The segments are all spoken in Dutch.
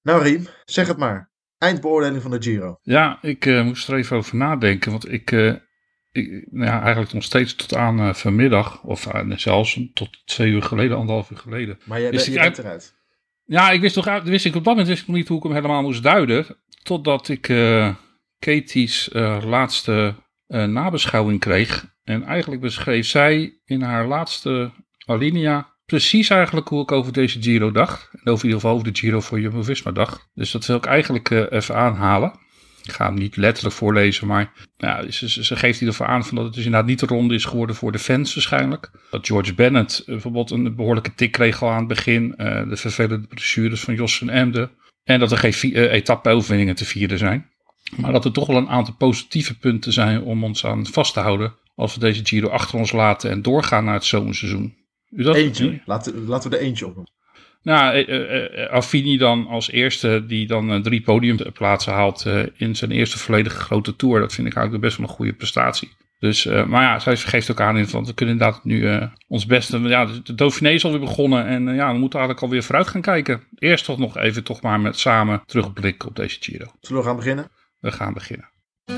Nou Riem, zeg het maar. Eindbeoordeling van de Giro. Ja, ik moest er even over nadenken. Want eigenlijk nog steeds tot aan vanmiddag. Of zelfs tot 2 uur geleden, 1,5 uur geleden. Maar je bent eruit. Ja, op dat moment wist ik nog niet hoe ik hem helemaal moest duiden. Totdat ik Katie's laatste nabeschouwing kreeg. En eigenlijk beschreef zij in haar laatste alinea precies eigenlijk hoe ik over deze Giro dacht. En in ieder geval over de Giro voor Jumbo-Visma dacht. Dus dat wil ik eigenlijk even aanhalen. Ik ga hem niet letterlijk voorlezen, maar ja, ze geeft in ieder geval aan van dat het dus inderdaad niet de ronde is geworden voor de fans waarschijnlijk. Dat George Bennett bijvoorbeeld een behoorlijke tik kreeg al aan het begin. De vervelende blessures van Jos van Emden. En dat er geen etappe-overwinningen te vieren zijn. Maar dat er toch wel een aantal positieve punten zijn om ons aan vast te houden. Als we deze Giro achter ons laten en doorgaan naar het zomerseizoen. Eentje, laten we er eentje op. Nou, Affini dan als eerste die dan 3 podiumplaatsen haalt in zijn eerste volledige grote tour. Dat vind ik eigenlijk best wel een goede prestatie. Dus, maar ja, zij geeft ook aan, want we kunnen inderdaad nu ons beste... Ja, de Dauphiné is alweer begonnen en we moeten eigenlijk alweer vooruit gaan kijken. Eerst toch nog even maar samen terugblikken op deze Giro. Zullen we gaan beginnen? We gaan beginnen.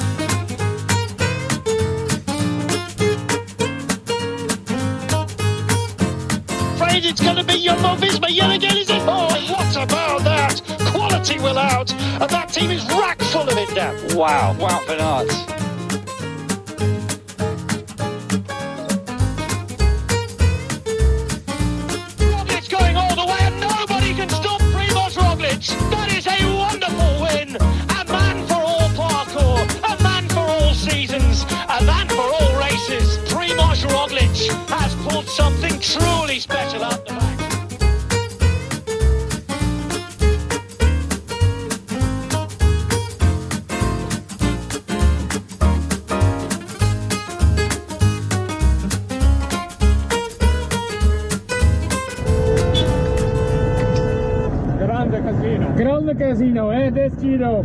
It's going to be Jumbo-Visma yet again, is it? Oh, what about that? Quality will out, and that team is rack full of it now. Wow, Wout van Aert. Roglic's going all the way, and nobody can stop Primož Roglic. That is a wonderful win. A man for all parkour, a man for all seasons, a man for all races. Primož Roglic has pulled something truly special out the back. Grande casino, hè? Dit Giro.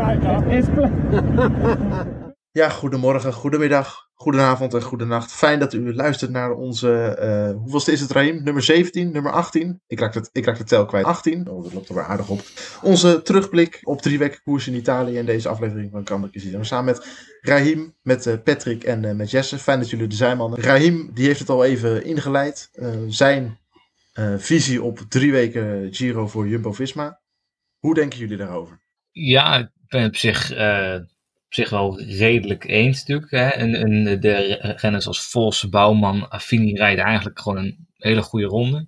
Ja, goedemorgen, goedemiddag, goedenavond en goedenacht. Fijn dat u luistert naar onze, hoeveelste is het Raim? Nummer 17, nummer 18? Ik raak de tel kwijt. 18, oh dat loopt er weer aardig op. Onze terugblik op 3 weken koers in Italië en deze aflevering van Grande Casino. Samen met Rahim, met Patrick en met Jesse. Fijn dat jullie er zijn, mannen. Rahim, die heeft het al even ingeleid. Zijn visie op 3 weken Giro voor Jumbo-Visma. Hoe denken jullie daarover? Ja, ik ben op zich wel redelijk eens natuurlijk. Hè. En de renners als Vos, Bouwman, Affini rijden eigenlijk gewoon een hele goede ronde.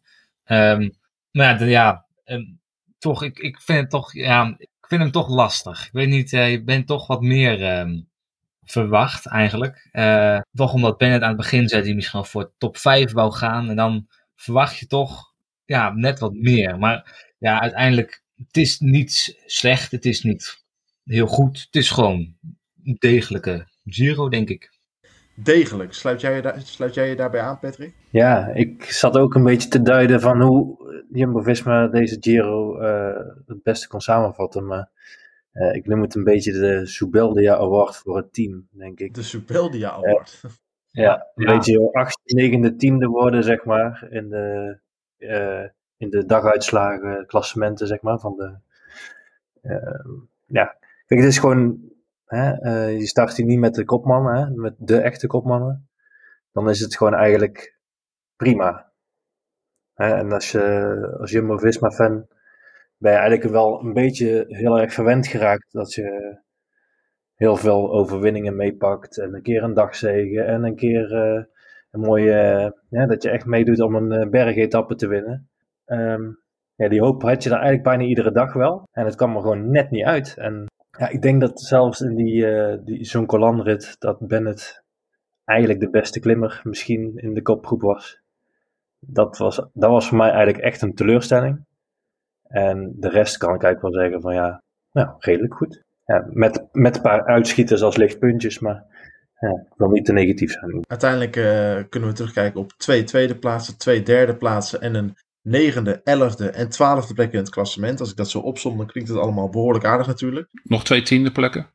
Toch, ik vind hem toch lastig. Ik weet niet, je bent toch wat meer verwacht eigenlijk. Toch omdat Bennett aan het begin zei dat hij misschien al voor top 5 wou gaan. En dan verwacht je toch net wat meer. Maar ja, uiteindelijk, het is niet slecht, het is niet heel goed. Het is gewoon een degelijke Giro, denk ik. Degelijk. Sluit jij je daarbij aan, Patrick? Ja, ik zat ook een beetje te duiden van hoe Jumbo-Visma deze Giro het beste kon samenvatten. Maar ik noem het een beetje de Subeldia Award voor het team, denk ik. De Subeldia Award? Een beetje 8e, 9e, 10e worden, zeg maar. In de daguitslagen, klassementen, zeg maar. Kijk, het is gewoon... je start hier niet met de kopmannen, met de echte kopmannen. Dan is het gewoon eigenlijk prima. En als Jumbo-Visma fan ben je eigenlijk wel een beetje heel erg verwend geraakt dat je heel veel overwinningen meepakt en een keer een dagzege en een keer een mooie, dat je echt meedoet om een bergetappe te winnen. Die hoop had je dan eigenlijk bijna iedere dag wel en het kwam er gewoon net niet uit. En ja, ik denk dat zelfs in die Zoncolan-rit dat Bennett eigenlijk de beste klimmer misschien in de kopgroep was. Dat was voor mij eigenlijk echt een teleurstelling. En de rest kan ik eigenlijk wel zeggen van redelijk goed. Ja, met een paar uitschieters als lichtpuntjes, maar ik wil niet te negatief zijn. Uiteindelijk kunnen we terugkijken op 2 tweede plaatsen, 2 derde plaatsen en een 9e, 11e en 12e plek in het klassement. Als ik dat zo opsom, dan klinkt het allemaal behoorlijk aardig natuurlijk. Nog 2 tiende plekken?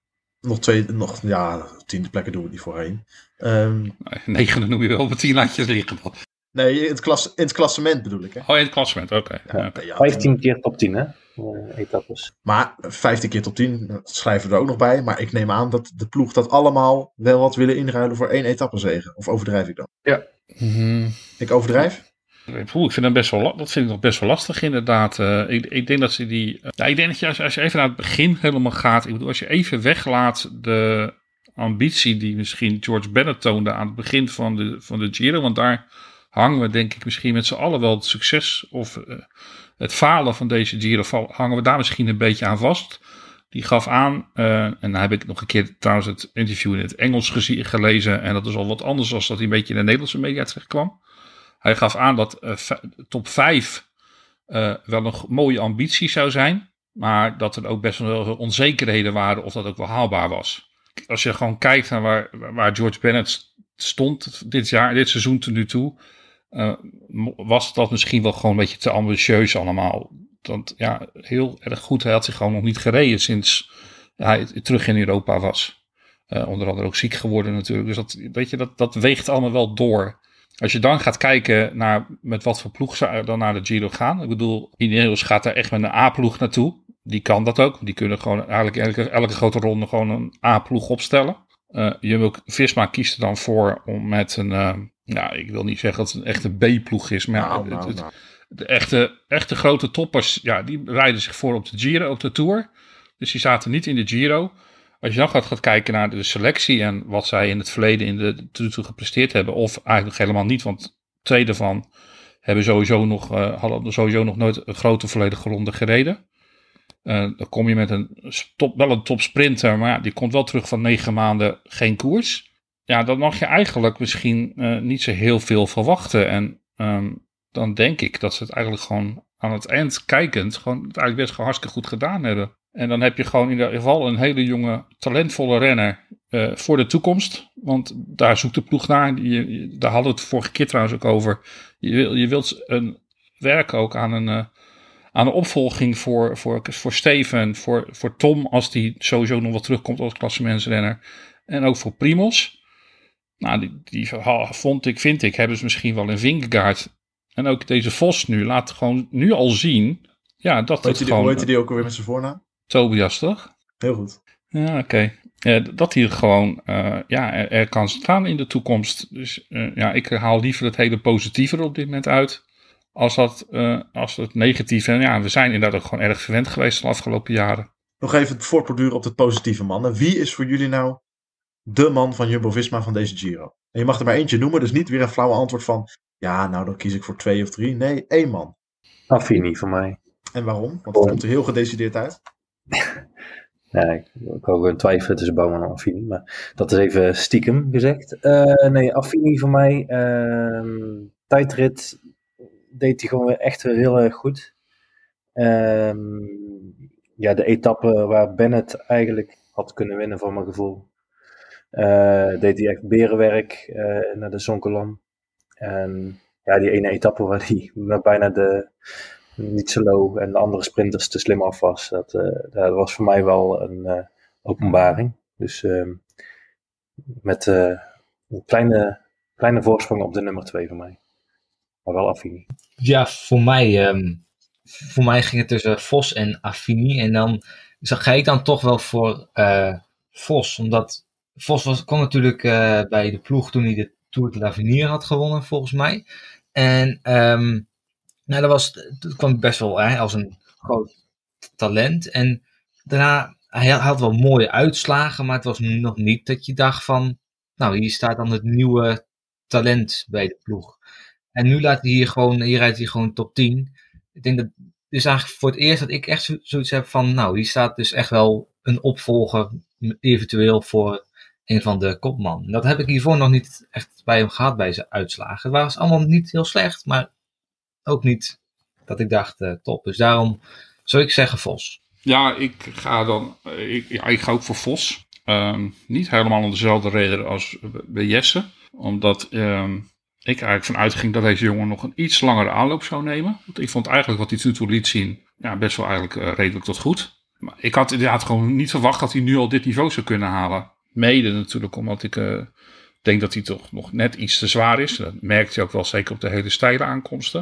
10e plekken doen we niet voorheen. 9e noem je wel, maar 10 laat je liggen dan. Nee, in het klassement bedoel ik. Hè? Oh, in het klassement, oké. Okay. Ja, 15 keer top 10, hè? etappes. Maar 15 keer top 10, dat schrijven we er ook nog bij. Maar ik neem aan dat de ploeg dat allemaal wel wat willen inruilen voor 1 etappezege. Of overdrijf ik dan? Ja. Ik overdrijf? Ik vind dat vind ik nog best wel lastig inderdaad. Ik denk dat ze die... ik denk dat als je even naar het begin helemaal gaat... Ik bedoel, als je even weglaat de ambitie die misschien George Bennett toonde aan het begin van de Giro. Want daar hangen we denk ik misschien met z'n allen wel het succes of het falen van deze Giro. Hangen we daar misschien een beetje aan vast. Die gaf aan, en dan heb ik nog een keer trouwens het interview in het Engels gelezen. En dat is al wat anders dan dat hij een beetje in de Nederlandse media terecht kwam. Hij gaf aan dat top 5 wel een mooie ambitie zou zijn. Maar dat er ook best wel onzekerheden waren of dat ook wel haalbaar was. Als je gewoon kijkt naar waar George Bennett stond dit seizoen tot nu toe. Was dat misschien wel gewoon een beetje te ambitieus allemaal. Want ja, heel erg goed. Hij had zich gewoon nog niet gereden sinds hij terug in Europa was. Onder andere ook ziek geworden natuurlijk. Dus dat weegt allemaal wel door. Als je dan gaat kijken naar met wat voor ploeg zou dan naar de Giro gaan. Ik bedoel, Ineos gaat daar echt met een A-ploeg naartoe. Die kan dat ook. Die kunnen gewoon eigenlijk elke grote ronde gewoon een A-ploeg opstellen. Jumbo-Visma kiest er dan voor om met een... ik wil niet zeggen dat het een echte B-ploeg is. Maar de echte grote toppers, ja, die rijden zich voor op de Giro, op de Tour. Dus die zaten niet in de Giro. Als je dan gaat kijken naar de selectie en wat zij in het verleden in de Tour gepresteerd hebben, of eigenlijk helemaal niet, want 2 daarvan hadden sowieso nog nooit een grote volledige ronde gereden. Dan kom je met wel een topsprinter, maar ja, die komt wel terug van 9 maanden geen koers. Ja, dan mag je eigenlijk misschien niet zo heel veel verwachten. En dan denk ik dat ze het eigenlijk gewoon aan het eind kijkend gewoon het eigenlijk best gewoon hartstikke goed gedaan hebben. En dan heb je gewoon in ieder geval een hele jonge, talentvolle renner voor de toekomst. Want daar zoekt de ploeg naar. Daar hadden we het vorige keer trouwens ook over. Je wilt werken ook aan een opvolging voor Steven, voor Tom, als die sowieso nog wat terugkomt als klassementsrenner. En ook voor Primoz. Nou, die vind ik, hebben ze misschien wel in Vingegaard. En ook deze Vos laat gewoon nu al zien. Ja, dat het gewoon... Hoe heet die ook alweer met zijn voornaam? Tobias, toch? Heel goed. Ja, oké. Dat hij gewoon er kan staan in de toekomst. Dus ik haal liever het hele positieve er op dit moment uit. Als het negatieve. En ja, we zijn inderdaad ook gewoon erg verwend geweest de afgelopen jaren. Nog even voortborduren op het positieve, man. Wie is voor jullie nou de man van Jumbo-Visma van deze Giro? En je mag er maar eentje noemen, dus niet weer een flauwe antwoord van... Ja, nou dan kies ik voor 2 of 3. Nee, 1 man. Affini voor mij. En waarom? Want het komt er heel gedecideerd uit. Ik kan ook twijfelen tussen Bouwman en Affini, maar dat is even stiekem gezegd. Affini voor mij. Tijdrit deed hij gewoon weer echt heel erg goed. De etappe waar Bennett eigenlijk had kunnen winnen voor mijn gevoel. Deed hij echt berenwerk naar de Zoncolan. En ja, die ene etappe waar hij bijna niet zo low en de andere sprinters te slim af was. Dat was voor mij wel een openbaring. Dus met een kleine voorsprong op de nummer 2 voor mij. Maar wel Affini. Ja, voor mij ging het tussen Vos en Affini. En dan ga ik dan toch wel voor Vos. Omdat Vos kwam natuurlijk bij de ploeg toen hij de Tour de l'Avenir had gewonnen, volgens mij. En dat kwam best wel als een groot talent. En daarna, hij had wel mooie uitslagen, maar het was nog niet dat je dacht van, nou, hier staat dan het nieuwe talent bij de ploeg. En nu hier rijdt hij gewoon top 10. Ik denk dat dit is eigenlijk voor het eerst dat ik echt zoiets heb van, nou, hier staat dus echt wel een opvolger, eventueel voor een van de kopman. Dat heb ik hiervoor nog niet echt bij hem gehad bij zijn uitslagen. Het was allemaal niet heel slecht, maar ook niet dat ik dacht top. Dus daarom zou ik zeggen Vos. Ja, ik ga ook voor Vos. Niet helemaal om dezelfde reden als bij Jesse. Omdat ik eigenlijk vanuit ging dat deze jongen nog een iets langere aanloop zou nemen. Want ik vond eigenlijk wat hij tot nu toe liet zien, ja, best wel eigenlijk redelijk tot goed. Maar ik had inderdaad gewoon niet verwacht dat hij nu al dit niveau zou kunnen halen. Mede natuurlijk omdat ik denk dat hij toch nog net iets te zwaar is. Dat merkt hij ook wel zeker op de hele steile aankomsten.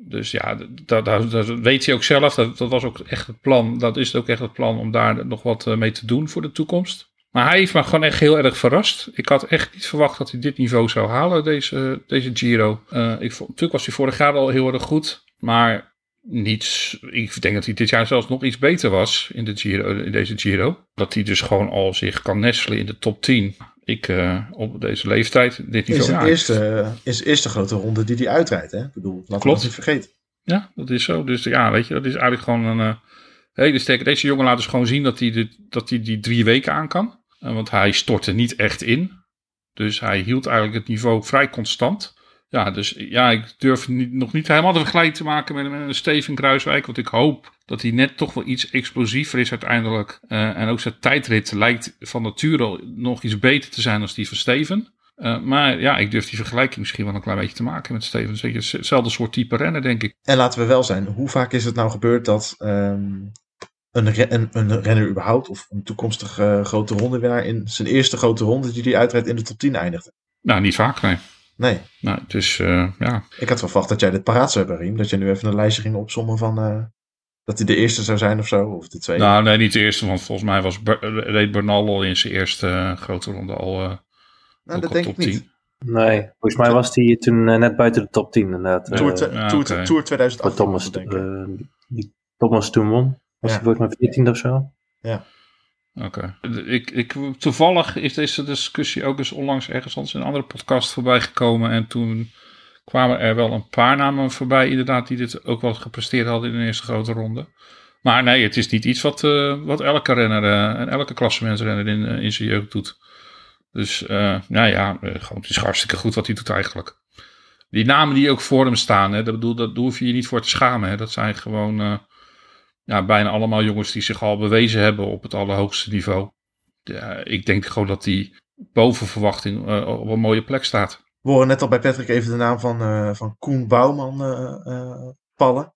Dus ja, dat weet hij ook zelf. Dat was ook echt het plan. Dat is ook echt het plan om daar nog wat mee te doen voor de toekomst. Maar hij heeft me gewoon echt heel erg verrast. Ik had echt niet verwacht dat hij dit niveau zou halen, deze Giro. Natuurlijk was hij vorig jaar al heel erg goed. Maar ik denk dat hij dit jaar zelfs nog iets beter was in deze Giro. Dat hij dus gewoon al zich kan nestelen in de top 10. Op deze leeftijd, dit niveau. Is de eerste grote ronde die hij uitrijdt, hè? Ik bedoel, laten we dat niet vergeten. Ja, dat is zo. Dus ja, weet je, dat is eigenlijk gewoon een hele sterke. Deze jongen laat dus gewoon zien dat hij die 3 weken aan kan. Want hij stortte niet echt in. Dus hij hield eigenlijk het niveau vrij constant. Ja, dus ja, ik durf nog niet helemaal de vergelijking te maken met een Steven Kruijswijk. Want ik hoop dat hij net toch wel iets explosiever is uiteindelijk. En ook zijn tijdrit lijkt van nature nog iets beter te zijn dan die van Steven. Maar ja, ik durf die vergelijking misschien wel een klein beetje te maken met Steven. Hetzelfde soort type renner, denk ik. En laten we wel zijn, hoe vaak is het nou gebeurd dat een renner überhaupt, of een toekomstige grote rondewinnaar, in zijn eerste grote ronde die hij uitrijdt in de top 10 eindigde? Nou, niet vaak, nee. Nee. Nou, dus ja. Ik had verwacht dat jij dit paraat zou hebben, Riem. Dat je nu even een lijstje ging opsommen van dat hij de eerste zou zijn of zo, of de tweede. Nou, nee, niet de eerste, want volgens mij reed Bernal al in zijn eerste grote ronde al dat denk ik niet. Nee, volgens mij was hij toen net buiten de top 10 inderdaad. Tour 2008. Thomas, die Thomas toen won. Was hij volgens mij 14 of zo? Ja. Oké. Toevallig is deze discussie ook eens onlangs ergens anders in een andere podcast voorbij gekomen. En toen kwamen er wel een paar namen voorbij, inderdaad, die dit ook wel gepresteerd hadden in de eerste grote ronde. Maar nee, het is niet iets wat elke renner en elke klassementsrenner in zijn jeugd doet. Dus gewoon, het is hartstikke goed wat hij doet eigenlijk. Die namen die ook voor hem staan, hè, daar hoef je je niet voor te schamen. Hè. Dat zijn gewoon bijna allemaal jongens die zich al bewezen hebben op het allerhoogste niveau. Ja, ik denk gewoon dat hij boven verwachting op een mooie plek staat. We horen net al bij Patrick even de naam van Koen Bouwman vallen.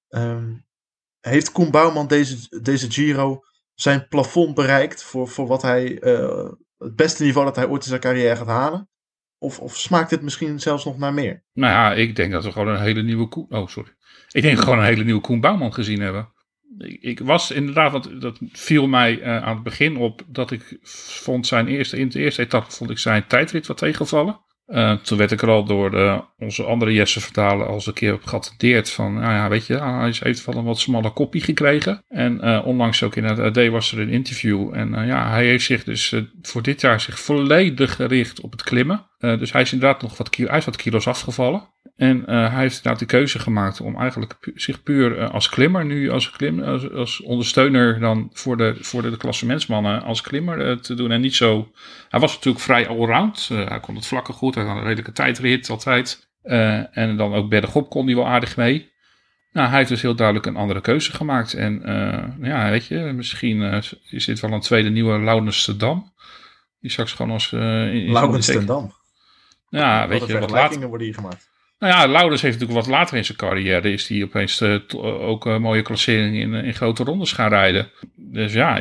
Heeft Koen Bouwman deze Giro zijn plafond bereikt voor wat hij het beste niveau dat hij ooit in zijn carrière gaat halen? Of smaakt het misschien zelfs nog naar meer? Nou ja, ik denk dat we gewoon een hele nieuwe Ik denk gewoon een hele nieuwe Koen Bouwman gezien hebben. Ik was inderdaad, want dat viel mij aan het begin op, dat ik vond in de eerste etappe vond ik zijn tijdrit wat tegenvallen. Toen werd ik er al door onze andere Jesse Vertalen als een keer op geattendeerd van, nou ja, weet je, hij heeft wel een wat smalle koppie gekregen. En onlangs ook in het AD was er een interview. En hij heeft zich dus voor dit jaar volledig gericht op het klimmen. Dus hij is inderdaad nog wat kilo's afgevallen. En hij heeft inderdaad de keuze gemaakt om eigenlijk zich puur als klimmer, nu als ondersteuner dan voor de klassementsmannen als klimmer te doen. En niet zo. Hij was natuurlijk vrij allround. Hij kon het vlakken goed. Hij had een redelijke tijdrit altijd. En dan ook bergop kon hij wel aardig mee. Nou, hij heeft dus heel duidelijk een andere keuze gemaakt. En weet je, misschien is dit wel een tweede nieuwe Laurens ten Dam. Die straks gewoon als... Laurens ten Dam? Ja, weet je, wat later worden hier gemaakt. Nou ja, Laurens heeft natuurlijk wat later in zijn carrière is hij opeens ook een mooie klassering in grote rondes gaan rijden. Dus ja,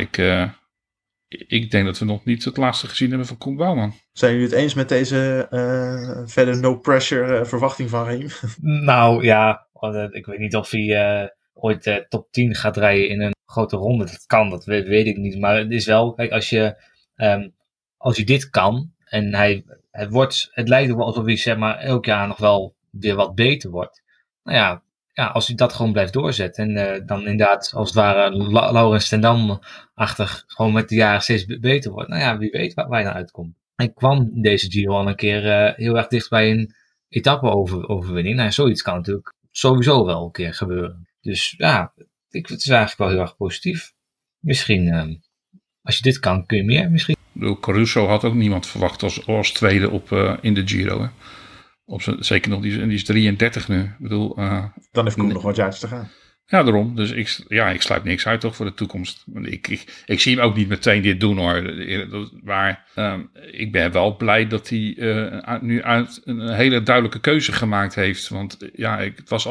ik denk dat we nog niet het laatste gezien hebben van Koen Bouwman. Zijn jullie het eens met deze verder no pressure verwachting van Riem? Nou ja, ik weet niet of hij ooit top 10 gaat rijden in een grote ronde. Dat kan, dat weet ik niet. Maar het is wel, kijk, als je dit kan en het lijkt er wel alsof hij zeg maar elk jaar nog wel weer wat beter wordt. Nou ja, als hij dat gewoon blijft doorzetten en dan inderdaad als het ware Laurens ten Dam-achtig gewoon met de jaren steeds beter wordt. Nou ja, wie weet waar hij naar uitkomt. Hij kwam deze Giro al een keer heel erg dicht bij een etappe-overwinning. Nou, zoiets kan natuurlijk sowieso wel een keer gebeuren. Dus ja, het is eigenlijk wel heel erg positief. Misschien, als je dit kan, kun je meer misschien. Caruso had ook niemand verwacht als tweede in de Giro. Hè? Zeker nog, die is 33 nu. Ik bedoel, dan heeft Koen nog wat jaartjes te gaan. Ja, daarom. Dus ik sluit niks uit toch voor de toekomst. Ik zie hem ook niet meteen dit doen hoor. Maar ik ben wel blij dat hij nu een hele duidelijke keuze gemaakt heeft. Want het was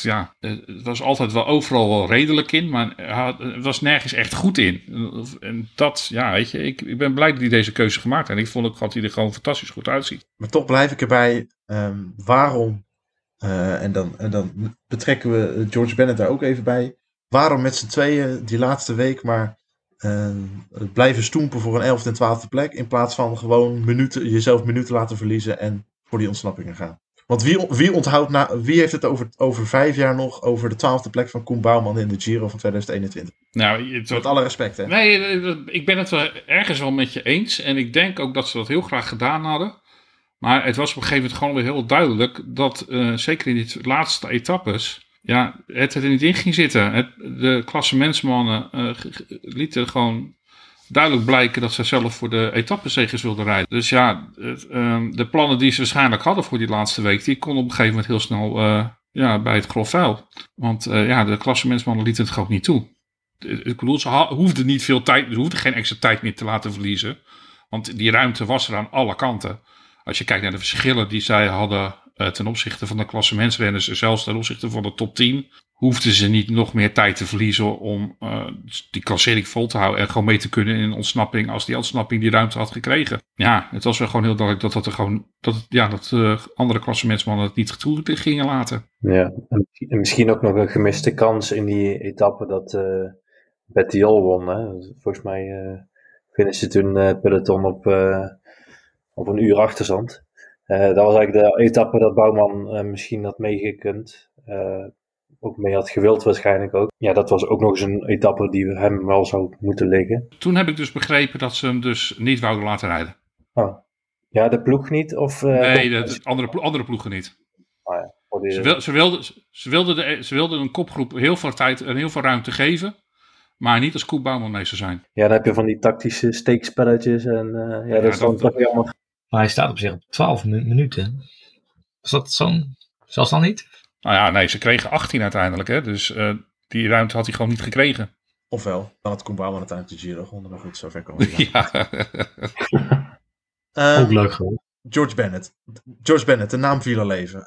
altijd wel overal wel redelijk in. Maar het was nergens echt goed in. En dat, weet je, ik ben blij dat hij deze keuze gemaakt heeft. En ik vond ook dat hij er gewoon fantastisch goed uitziet. Maar toch blijf ik erbij. Waarom En dan betrekken we George Bennett daar ook even bij. Waarom met z'n tweeën die laatste week maar blijven stoempen voor een 11e en 12e plek, in plaats van gewoon jezelf minuten laten verliezen en voor die ontsnappingen gaan? Want wie heeft het over 5 jaar nog over de 12e plek van Koen Bouwman in de Giro van 2021? Nou, met alle respect, hè? Nee, ik ben het wel ergens wel met je eens. En ik denk ook dat ze dat heel graag gedaan hadden. Maar het was op een gegeven moment gewoon weer heel duidelijk dat, zeker in die laatste etappes, het er niet in ging zitten. De klassementsmannen lieten gewoon duidelijk blijken dat ze zelf voor de etappenzegers wilden rijden. Dus de plannen die ze waarschijnlijk hadden voor die laatste week, die konden op een gegeven moment heel snel bij het grof vuil. Want de klassementsmannen lieten het gewoon niet toe. Ik bedoel, ze hoefden niet veel tijd, ze hoefden geen extra tijd meer te laten verliezen. Want die ruimte was er aan alle kanten. Als je kijkt naar de verschillen die zij hadden ten opzichte van de klassementsrenners, zelfs ten opzichte van de top 10, hoefden ze niet nog meer tijd te verliezen om die klassering vol te houden en gewoon mee te kunnen in een ontsnapping als die ontsnapping die ruimte had gekregen. Ja, het was wel gewoon heel duidelijk dat andere klassementsmannen het niet toe gingen laten. Ja, en misschien ook nog een gemiste kans in die etappe dat Bettiol won. Hè? Volgens mij finishte toen het peloton op een uur achterstand. Dat was eigenlijk de etappe dat Bouwman misschien had meegekund. Ook mee had gewild waarschijnlijk ook. Ja, dat was ook nog eens een etappe die hem wel zou moeten liggen. Toen heb ik dus begrepen dat ze hem dus niet wouden laten rijden. Oh. Ja, de ploeg niet? Of, nee, de andere ploegen niet. Oh ja, Ze wilden een kopgroep heel veel tijd en heel veel ruimte geven. Maar niet als Koen Bouwman mee zou zijn. Ja, dan heb je van die tactische steekspelletjes. En dat is dan toch jammer. Maar hij staat op zich op 12 minuten. Is dat zelfs dan niet? Nou ja, nee, ze kregen 18 uiteindelijk. Hè? Dus die ruimte had hij gewoon niet gekregen. Ofwel, dan had Koen Bouwman uiteindelijk de Giro gewonnen. Maar goed, zover komen we. Ook leuk gewoon. George Bennett, de naam viel al even.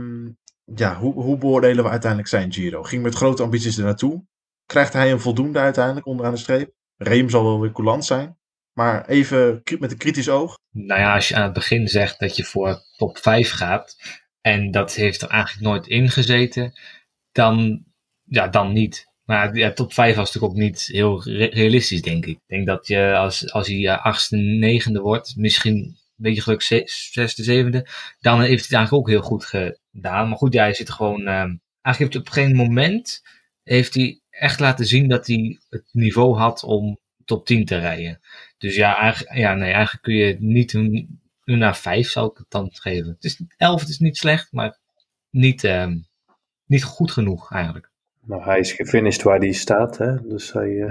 Hoe beoordelen we uiteindelijk zijn Giro? Ging met grote ambities er naartoe. Krijgt hij een voldoende uiteindelijk onderaan de streep? Reem zal wel weer coulant zijn. Maar even met een kritisch oog. Nou ja, als je aan het begin zegt dat je voor top 5 gaat en dat heeft er eigenlijk nooit in gezeten, dan niet. Maar ja, top 5 was natuurlijk ook niet heel realistisch, denk ik. Ik denk dat je als hij 8e, 9e wordt, misschien een beetje geluk 6e, 7e, dan heeft hij het eigenlijk ook heel goed gedaan. Maar goed, hij zit gewoon. Eigenlijk heeft hij op geen moment heeft hij echt laten zien dat hij het niveau had om top 10 te rijden. Dus eigenlijk kun je niet een naar 5 zou ik het dan geven. Het is 11, het is niet slecht, maar niet goed genoeg eigenlijk. Nou, hij is gefinished waar hij staat, hè? Dus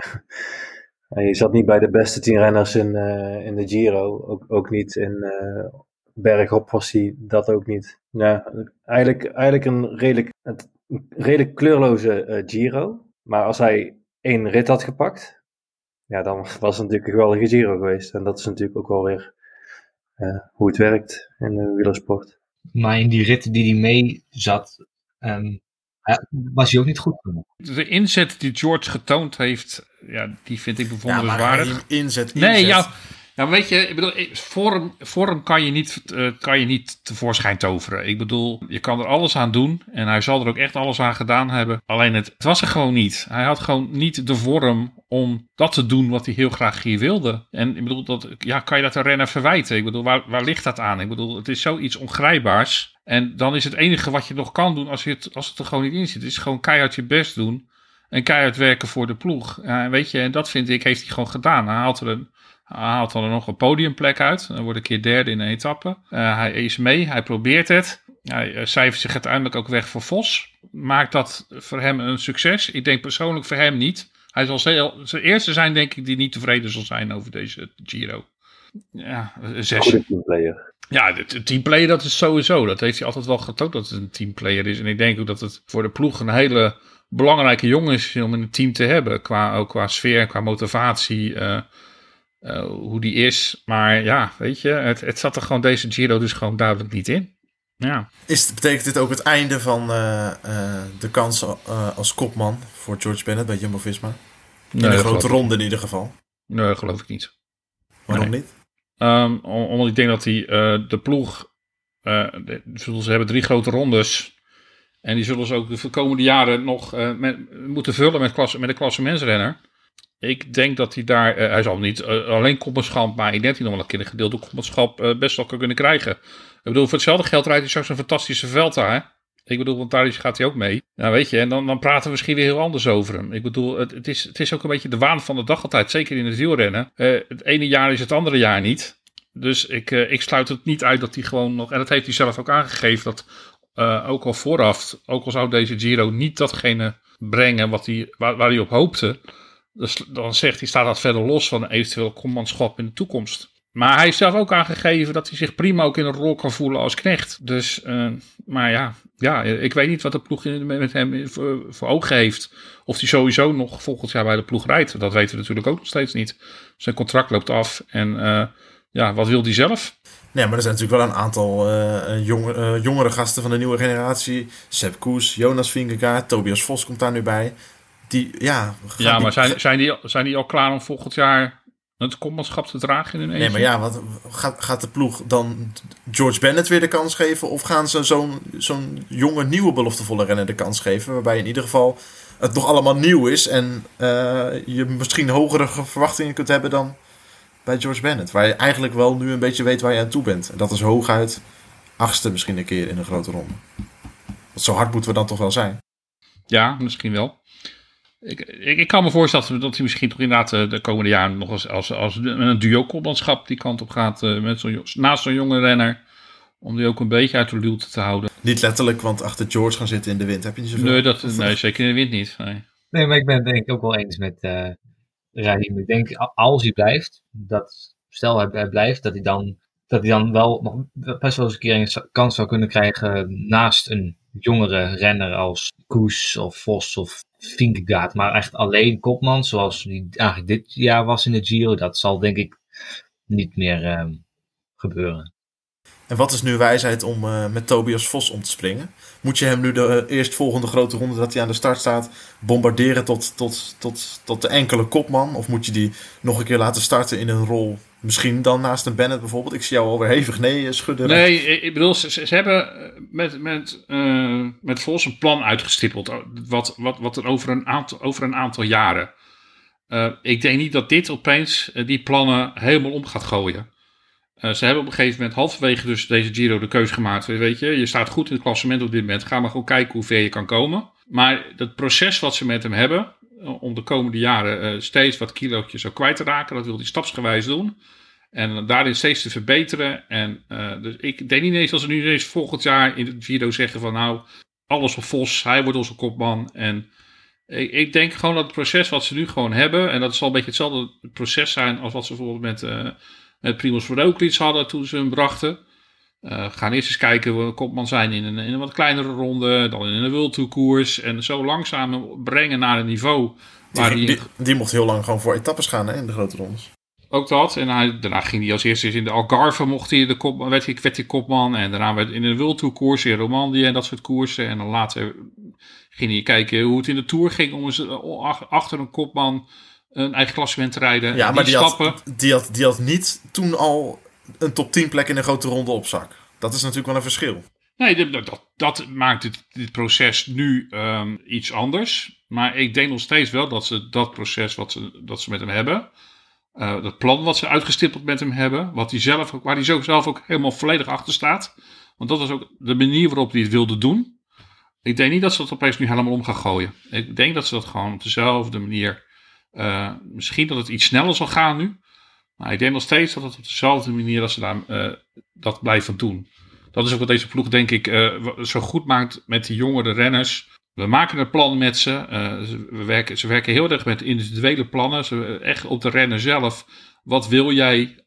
hij zat niet bij de beste 10 renners in de Giro, ook niet in bergop was hij dat ook niet. Ja, eigenlijk een redelijk kleurloze Giro, maar als hij 1 rit had gepakt, ja, dan was het natuurlijk een geweldige Giro geweest. En dat is natuurlijk ook wel weer hoe het werkt in de wielersport. Maar in die ritten die hij mee zat, was hij ook niet goed genoeg. De inzet die George getoond heeft, die vind ik bewonderenswaardig. Ja, maar inzet. Nee, ja, weet je, ik bedoel, vorm kan je niet tevoorschijn toveren. Ik bedoel, je kan er alles aan doen en hij zal er ook echt alles aan gedaan hebben. Alleen het was er gewoon niet. Hij had gewoon niet de vorm om dat te doen wat hij heel graag hier wilde. En ik bedoel, kan je dat een renner verwijten? Ik bedoel, waar ligt dat aan? Ik bedoel, het is zoiets ongrijpbaars. En dan is het enige wat je nog kan doen als het er gewoon niet in zit, is gewoon keihard je best doen en keihard werken voor de ploeg. Weet je, en dat vind ik, heeft hij gewoon gedaan. Hij haalt er nog een podiumplek uit. Dan wordt een keer 3e in een etappe. Hij is mee, hij probeert het. Hij cijfert zich uiteindelijk ook weg voor Vos. Maakt dat voor hem een succes? Ik denk persoonlijk voor hem niet. Hij zal zijn eerste zijn, denk ik, die niet tevreden zal zijn over deze Giro. Ja, 6. Goede teamplayer. Ja, de teamplayer, dat is sowieso. Dat heeft hij altijd wel getoond dat het een teamplayer is. En ik denk ook dat het voor de ploeg een hele belangrijke jongen is om in een team te hebben. Ook qua sfeer, qua motivatie, hoe die is. Maar ja, weet je, het zat er gewoon deze Giro dus gewoon duidelijk niet in. Ja. Betekent dit ook het einde van de kans als kopman voor George Bennett bij Jumbo-Visma? In de grote ronde in ieder geval. Nee, geloof ik niet. Waarom niet? Omdat ik denk dat de ploeg... ze hebben 3 grote rondes. En die zullen ze ook de komende jaren nog moeten vullen met een klassementsrenner. Ik denk dat hij daar, hij zal niet alleen kopmanschap, maar ik denk dat hij nog wel een keer een gedeelte kopmanschap best wel kan kunnen krijgen. Ik bedoel, voor hetzelfde geld rijdt hij straks een fantastische veld daar. Ik bedoel, want daar gaat hij ook mee. Nou, weet je, en dan praten we misschien weer heel anders over hem. Ik bedoel, het is ook een beetje de waan van de dag altijd, zeker in het wielrennen. Het ene jaar is het andere jaar niet. Dus ik sluit het niet uit dat hij gewoon nog, en dat heeft hij zelf ook aangegeven, dat ook al vooraf, ook al zou deze Giro niet datgene brengen waar hij op hoopte, dus dan zegt hij, staat dat verder los van een eventueel kopmanschap in de toekomst. Maar hij heeft zelf ook aangegeven dat hij zich prima ook in een rol kan voelen als knecht. Dus, maar ja, ik weet niet wat de ploeg met hem voor ogen heeft. Of hij sowieso nog volgend jaar bij de ploeg rijdt. Dat weten we natuurlijk ook nog steeds niet. Zijn contract loopt af. En wat wil hij zelf? Nee, maar er zijn natuurlijk wel een aantal jongere gasten van de nieuwe generatie. Sepp Kuss, Jonas Vingegaard, Tobias Vos komt daar nu bij. Maar zijn die al klaar om volgend jaar het kopmanschap te dragen in een eentje? Nee, maar gaat de ploeg dan George Bennett weer de kans geven? Of gaan ze zo'n jonge, nieuwe, beloftevolle renner de kans geven? Waarbij in ieder geval het nog allemaal nieuw is en je misschien hogere verwachtingen kunt hebben dan bij George Bennett. Waar je eigenlijk wel nu een beetje weet waar je aan toe bent. En dat is hooguit 8e misschien een keer in een grote ronde. Want zo hard moeten we dan toch wel zijn. Ja, misschien wel. Ik kan me voorstellen dat hij misschien toch inderdaad de komende jaren nog als een duo-kopmanschap die kant op gaat naast zo'n jonge renner. Om die ook een beetje uit de luwte te houden. Niet letterlijk, want achter George gaan zitten in de wind heb je niet zoveel. Nee, zeker in de wind niet. Nee, maar ik ben het denk ik ook wel eens met Raheem. Ik denk, als hij blijft, stel hij blijft, dat hij dan wel nog best wel eens een keer een kans zou kunnen krijgen naast een jongere renner als Kuss of Vos of Vingegaard, maar echt alleen kopman, zoals die eigenlijk dit jaar was in de Giro, dat zal denk ik niet meer gebeuren. En wat is nu wijsheid om met Tobias Vos om te springen? Moet je hem nu de eerstvolgende grote ronde dat hij aan de start staat bombarderen tot de enkele kopman? Of moet je die nog een keer laten starten in een rol, misschien dan naast een Bennett bijvoorbeeld? Ik zie jou alweer hevig nee schudden. Nee, ik bedoel, ze hebben met Vos een plan uitgestippeld. Wat er over een aantal jaren. Ik denk niet dat dit opeens die plannen helemaal om gaat gooien. Ze hebben op een gegeven moment halverwege dus deze Giro de keuze gemaakt. Weet je staat goed in het klassement op dit moment. Ga maar gewoon kijken hoe ver je kan komen. Maar het proces wat ze met hem hebben, om de komende jaren steeds wat kilootjes zo kwijt te raken, dat wil hij stapsgewijs doen. En daarin steeds te verbeteren. En dus ik denk niet eens dat ze nu ineens volgend jaar in het Giro zeggen van nou, alles op Vos, hij wordt onze kopman. En ik denk gewoon dat het proces wat ze nu gewoon hebben, en dat zal een beetje hetzelfde proces zijn als wat ze bijvoorbeeld met Primož Roglič hadden toen ze hem brachten. Gaan eerst eens kijken hoe we kopman zijn in een wat kleinere ronde, dan in een World Tour koers en zo langzaam brengen naar een niveau waar die mocht heel lang gewoon voor etappes gaan in de grote rondes. Ook dat. En daarna ging hij als eerste in de Algarve werd hij kopman. En daarna werd in de World Tour koers in Romandie en dat soort koersen. En dan later ging hij kijken hoe het in de Tour ging om achter een kopman een eigen klassement te rijden. Ja, maar die had niet toen al een top 10 plek in een grote ronde op zak. Dat is natuurlijk wel een verschil. Nee, dat maakt dit proces nu iets anders. Maar ik denk nog steeds wel dat ze dat proces dat ze met hem hebben, dat plan wat ze uitgestippeld met hem hebben, waar hij zelf ook helemaal volledig achter staat. Want dat was ook de manier waarop hij het wilde doen. Ik denk niet dat ze dat opeens nu helemaal om gaan gooien. Ik denk dat ze dat gewoon op dezelfde manier, misschien dat het iets sneller zal gaan nu. Maar ik denk nog steeds dat het op dezelfde manier dat ze daar dat blijven doen. Dat is ook wat deze ploeg denk ik zo goed maakt met die jongere renners. We maken een plan met ze. Ze werken heel erg met individuele plannen. Echt op de renner zelf. Wat wil jij?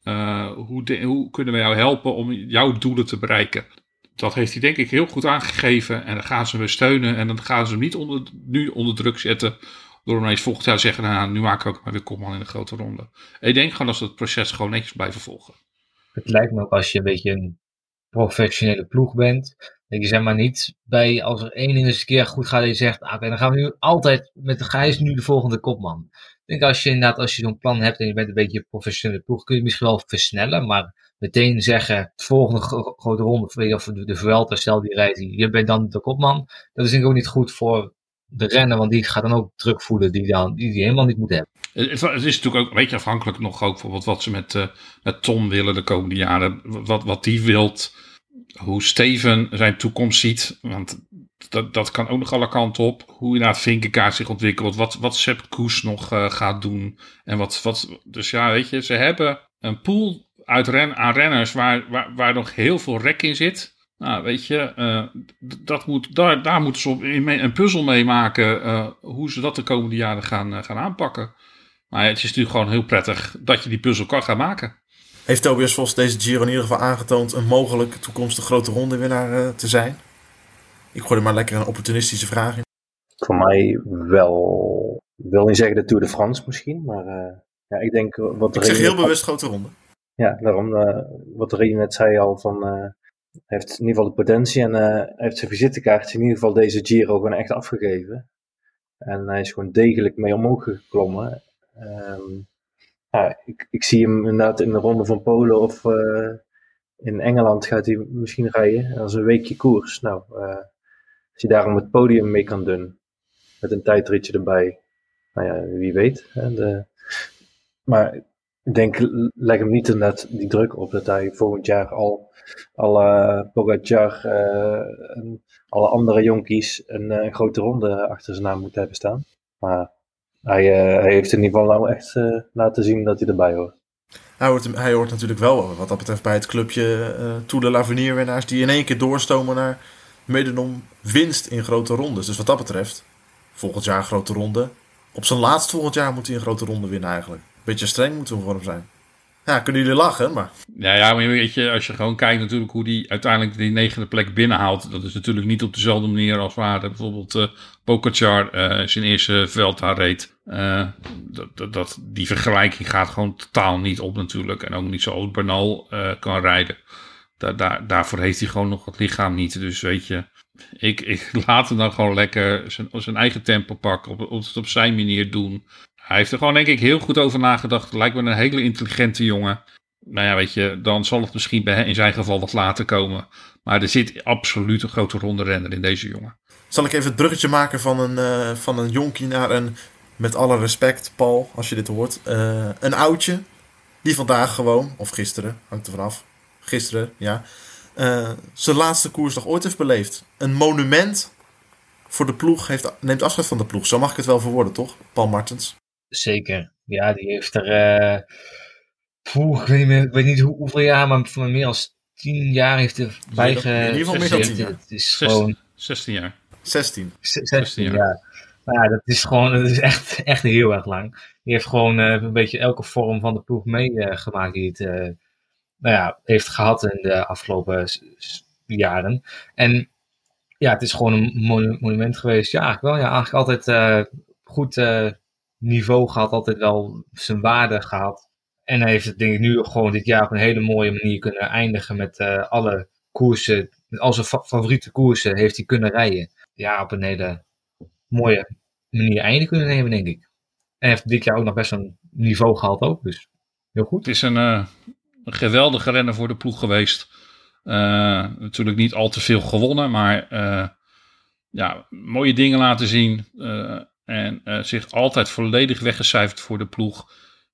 Hoe kunnen we jou helpen om jouw doelen te bereiken? Dat heeft hij denk ik heel goed aangegeven. En dan gaan ze hem steunen. En dan gaan ze hem niet nu onder druk zetten. Door ineens volgend jaar te zeggen, nou, nu maken we ook maar weer kopman in de grote ronde. Ik denk gewoon dat ze het proces gewoon netjes blijven volgen. Het lijkt me ook als je een beetje een professionele ploeg bent. Dat je zeg maar niet bij, als er één eens een keer goed gaat en je zegt, oké, dan gaan we nu altijd met de Gijs nu de volgende kopman. Ik denk als je zo'n plan hebt en je bent een beetje een professionele ploeg, kun je misschien wel versnellen. Maar meteen zeggen, het volgende grote ronde, of de Vuelta, stel die rijdt, je bent dan de kopman. Dat is denk ik ook niet goed voor de renner, want die gaat dan ook druk voelen die helemaal niet moet hebben. Het is natuurlijk ook een beetje afhankelijk nog ook bijvoorbeeld wat ze met Tom willen de komende jaren. Wat die wilt, hoe Steven zijn toekomst ziet. Want dat kan ook nog alle kanten op. Hoe inderdaad Vingegaard zich ontwikkelt. Wat Sepp Kuss nog gaat doen. En dus ja, weet je, ze hebben een pool aan renners waar nog heel veel rek in zit. Nou, weet je, daar moeten ze een puzzel mee maken. Hoe ze dat de komende jaren gaan aanpakken. Maar het is natuurlijk gewoon heel prettig dat je die puzzel kan gaan maken. Heeft Tobias Vos deze Giro in ieder geval aangetoond een mogelijk toekomstig grote rondewinnaar te zijn? Ik gooi er maar lekker een opportunistische vraag in. Voor mij wel. Ik wil niet zeggen de Tour de France misschien, maar ja, ik denk Ik zeg heel bewust grote ronde. Ja, daarom wat Rie net zei al van heeft in ieder geval de potentie en heeft zijn visitekaartje in ieder geval deze Giro gewoon echt afgegeven. En hij is gewoon degelijk mee omhoog geklommen. Ja, ik zie hem inderdaad in de Ronde van Polen of in Engeland gaat hij misschien rijden. Dat is een weekje koers. Nou, als je daarom het podium mee kan doen, met een tijdritje erbij. Nou ja, wie weet. Hè, maar ik denk, leg hem niet inderdaad die druk op dat hij volgend jaar alle Pogacar en alle andere jonkies een grote ronde achter zijn naam moet hebben staan. Maar hij heeft in ieder geval nou echt laten zien dat hij erbij hoort. Hij hoort natuurlijk wel wat dat betreft bij het clubje Tour de l'Avenir winnaars die in één keer doorstomen naar mededom winst in grote rondes. Dus wat dat betreft, volgend jaar grote ronde. Op zijn laatst volgend jaar moet hij een grote ronde winnen eigenlijk. Beetje streng moeten we voor hem zijn. Ja, kunnen jullie lachen, maar... Ja, maar weet je, als je gewoon kijkt natuurlijk hoe die uiteindelijk die 9e plek binnenhaalt. Dat is natuurlijk niet op dezelfde manier als waar bijvoorbeeld Pogacar zijn eerste Vuelta reed. Die vergelijking gaat gewoon totaal niet op natuurlijk. En ook niet zoals Bernal kan rijden. Daarvoor heeft hij gewoon nog het lichaam niet. Dus weet je, ik laat hem dan gewoon lekker zijn eigen tempo pakken. Op zijn manier doen. Hij heeft er gewoon denk ik heel goed over nagedacht. Lijkt me een hele intelligente jongen. Nou ja, weet je, dan zal het misschien in zijn geval wat later komen. Maar er zit absoluut een grote ronde renner in deze jongen. Zal ik even het bruggetje maken van een jonkie naar een, met alle respect, Paul, als je dit hoort, een oudje. Die vandaag gewoon, of gisteren, hangt er vanaf. Gisteren, ja. Zijn laatste koersdag ooit heeft beleefd. Een monument voor de ploeg neemt afscheid van de ploeg. Zo mag ik het wel verwoorden, toch? Paul Martens. Zeker. Ja, die heeft er... ik weet niet hoeveel jaar, maar voor meer dan 10 jaar heeft hij erbij in ieder geval meer dan 10 jaar. Het is gewoon... 16 jaar. 16 jaar. Nou, dat is echt heel erg lang. Die heeft gewoon een beetje elke vorm van de ploeg meegemaakt die het heeft gehad in de afgelopen jaren. En ja, het is gewoon een monument geweest. Ja, eigenlijk altijd goed niveau gehad, altijd wel zijn waarde gehad. En hij heeft het denk ik nu gewoon dit jaar op een hele mooie manier kunnen eindigen met alle koersen, met al zijn favoriete koersen heeft hij kunnen rijden. Ja, op een hele mooie manier einde kunnen nemen, denk ik. En heeft dit jaar ook nog best een niveau gehaald ook, dus heel goed. Het is een geweldige renner voor de ploeg geweest. Natuurlijk niet al te veel gewonnen, maar mooie dingen laten zien. En zich altijd volledig weggecijferd voor de ploeg.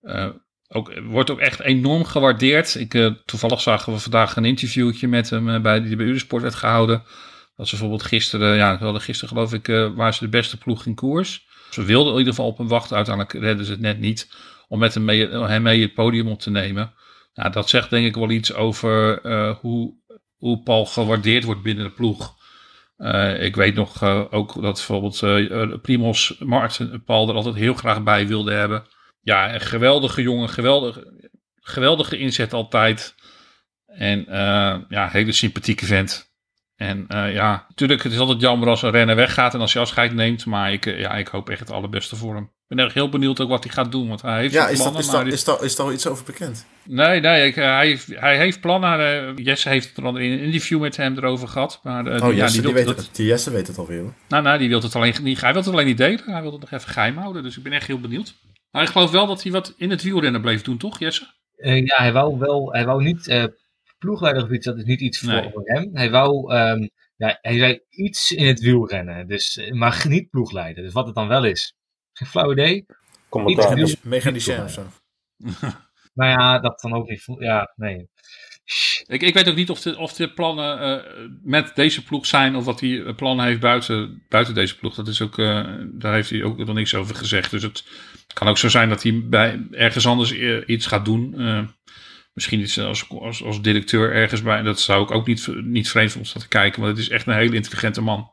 Wordt ook echt enorm gewaardeerd. Toevallig zagen we vandaag een interviewtje met hem die bij Eurosport werd gehouden. Dat ze bijvoorbeeld gisteren geloof ik, waren ze de beste ploeg in koers. Ze wilden in ieder geval op hem wachten. Uiteindelijk redden ze het net niet om met hem mee het podium op te nemen. Nou, dat zegt denk ik wel iets over hoe Paul gewaardeerd wordt binnen de ploeg. Ik weet nog ook dat bijvoorbeeld Primož Martin Paul er altijd heel graag bij wilde hebben. Ja, een geweldige jongen, geweldige inzet altijd. En hele sympathieke vent. En natuurlijk, het is altijd jammer als een renner weggaat en als hij afscheid neemt. Maar ik hoop echt het allerbeste voor hem. Ik ben echt heel benieuwd ook wat hij gaat doen. Want hij heeft plannen. Is daar al iets over bekend? Nee, hij heeft plannen. Jesse heeft er al in een interview met hem erover gehad. Maar, Jesse weet het alweer. Hoor. Nou, die wil het alleen niet. Hij wil het alleen niet delen. Hij wil het nog even geheim houden. Dus ik ben echt heel benieuwd. Maar ik geloof wel dat hij wat in het wielrennen bleef doen, toch, Jesse? Ja, hij wou niet ploegleider of iets, dat is niet iets voor hem. Hij wou, hij zei iets in het wielrennen, dus, maar niet ploegleider. Dus wat het dan wel is, geen flauw idee. Mechanicien of zo. Nou ja, dat dan ook niet. Ja, nee. Ik weet ook niet of de plannen met deze ploeg zijn of wat hij plannen heeft buiten deze ploeg. Dat is ook, daar heeft hij ook nog niks over gezegd. Dus het kan ook zo zijn dat hij bij ergens anders iets gaat doen. Misschien iets als directeur ergens bij. Dat zou ik ook niet vreemd van staan te kijken. Want het is echt een hele intelligente man.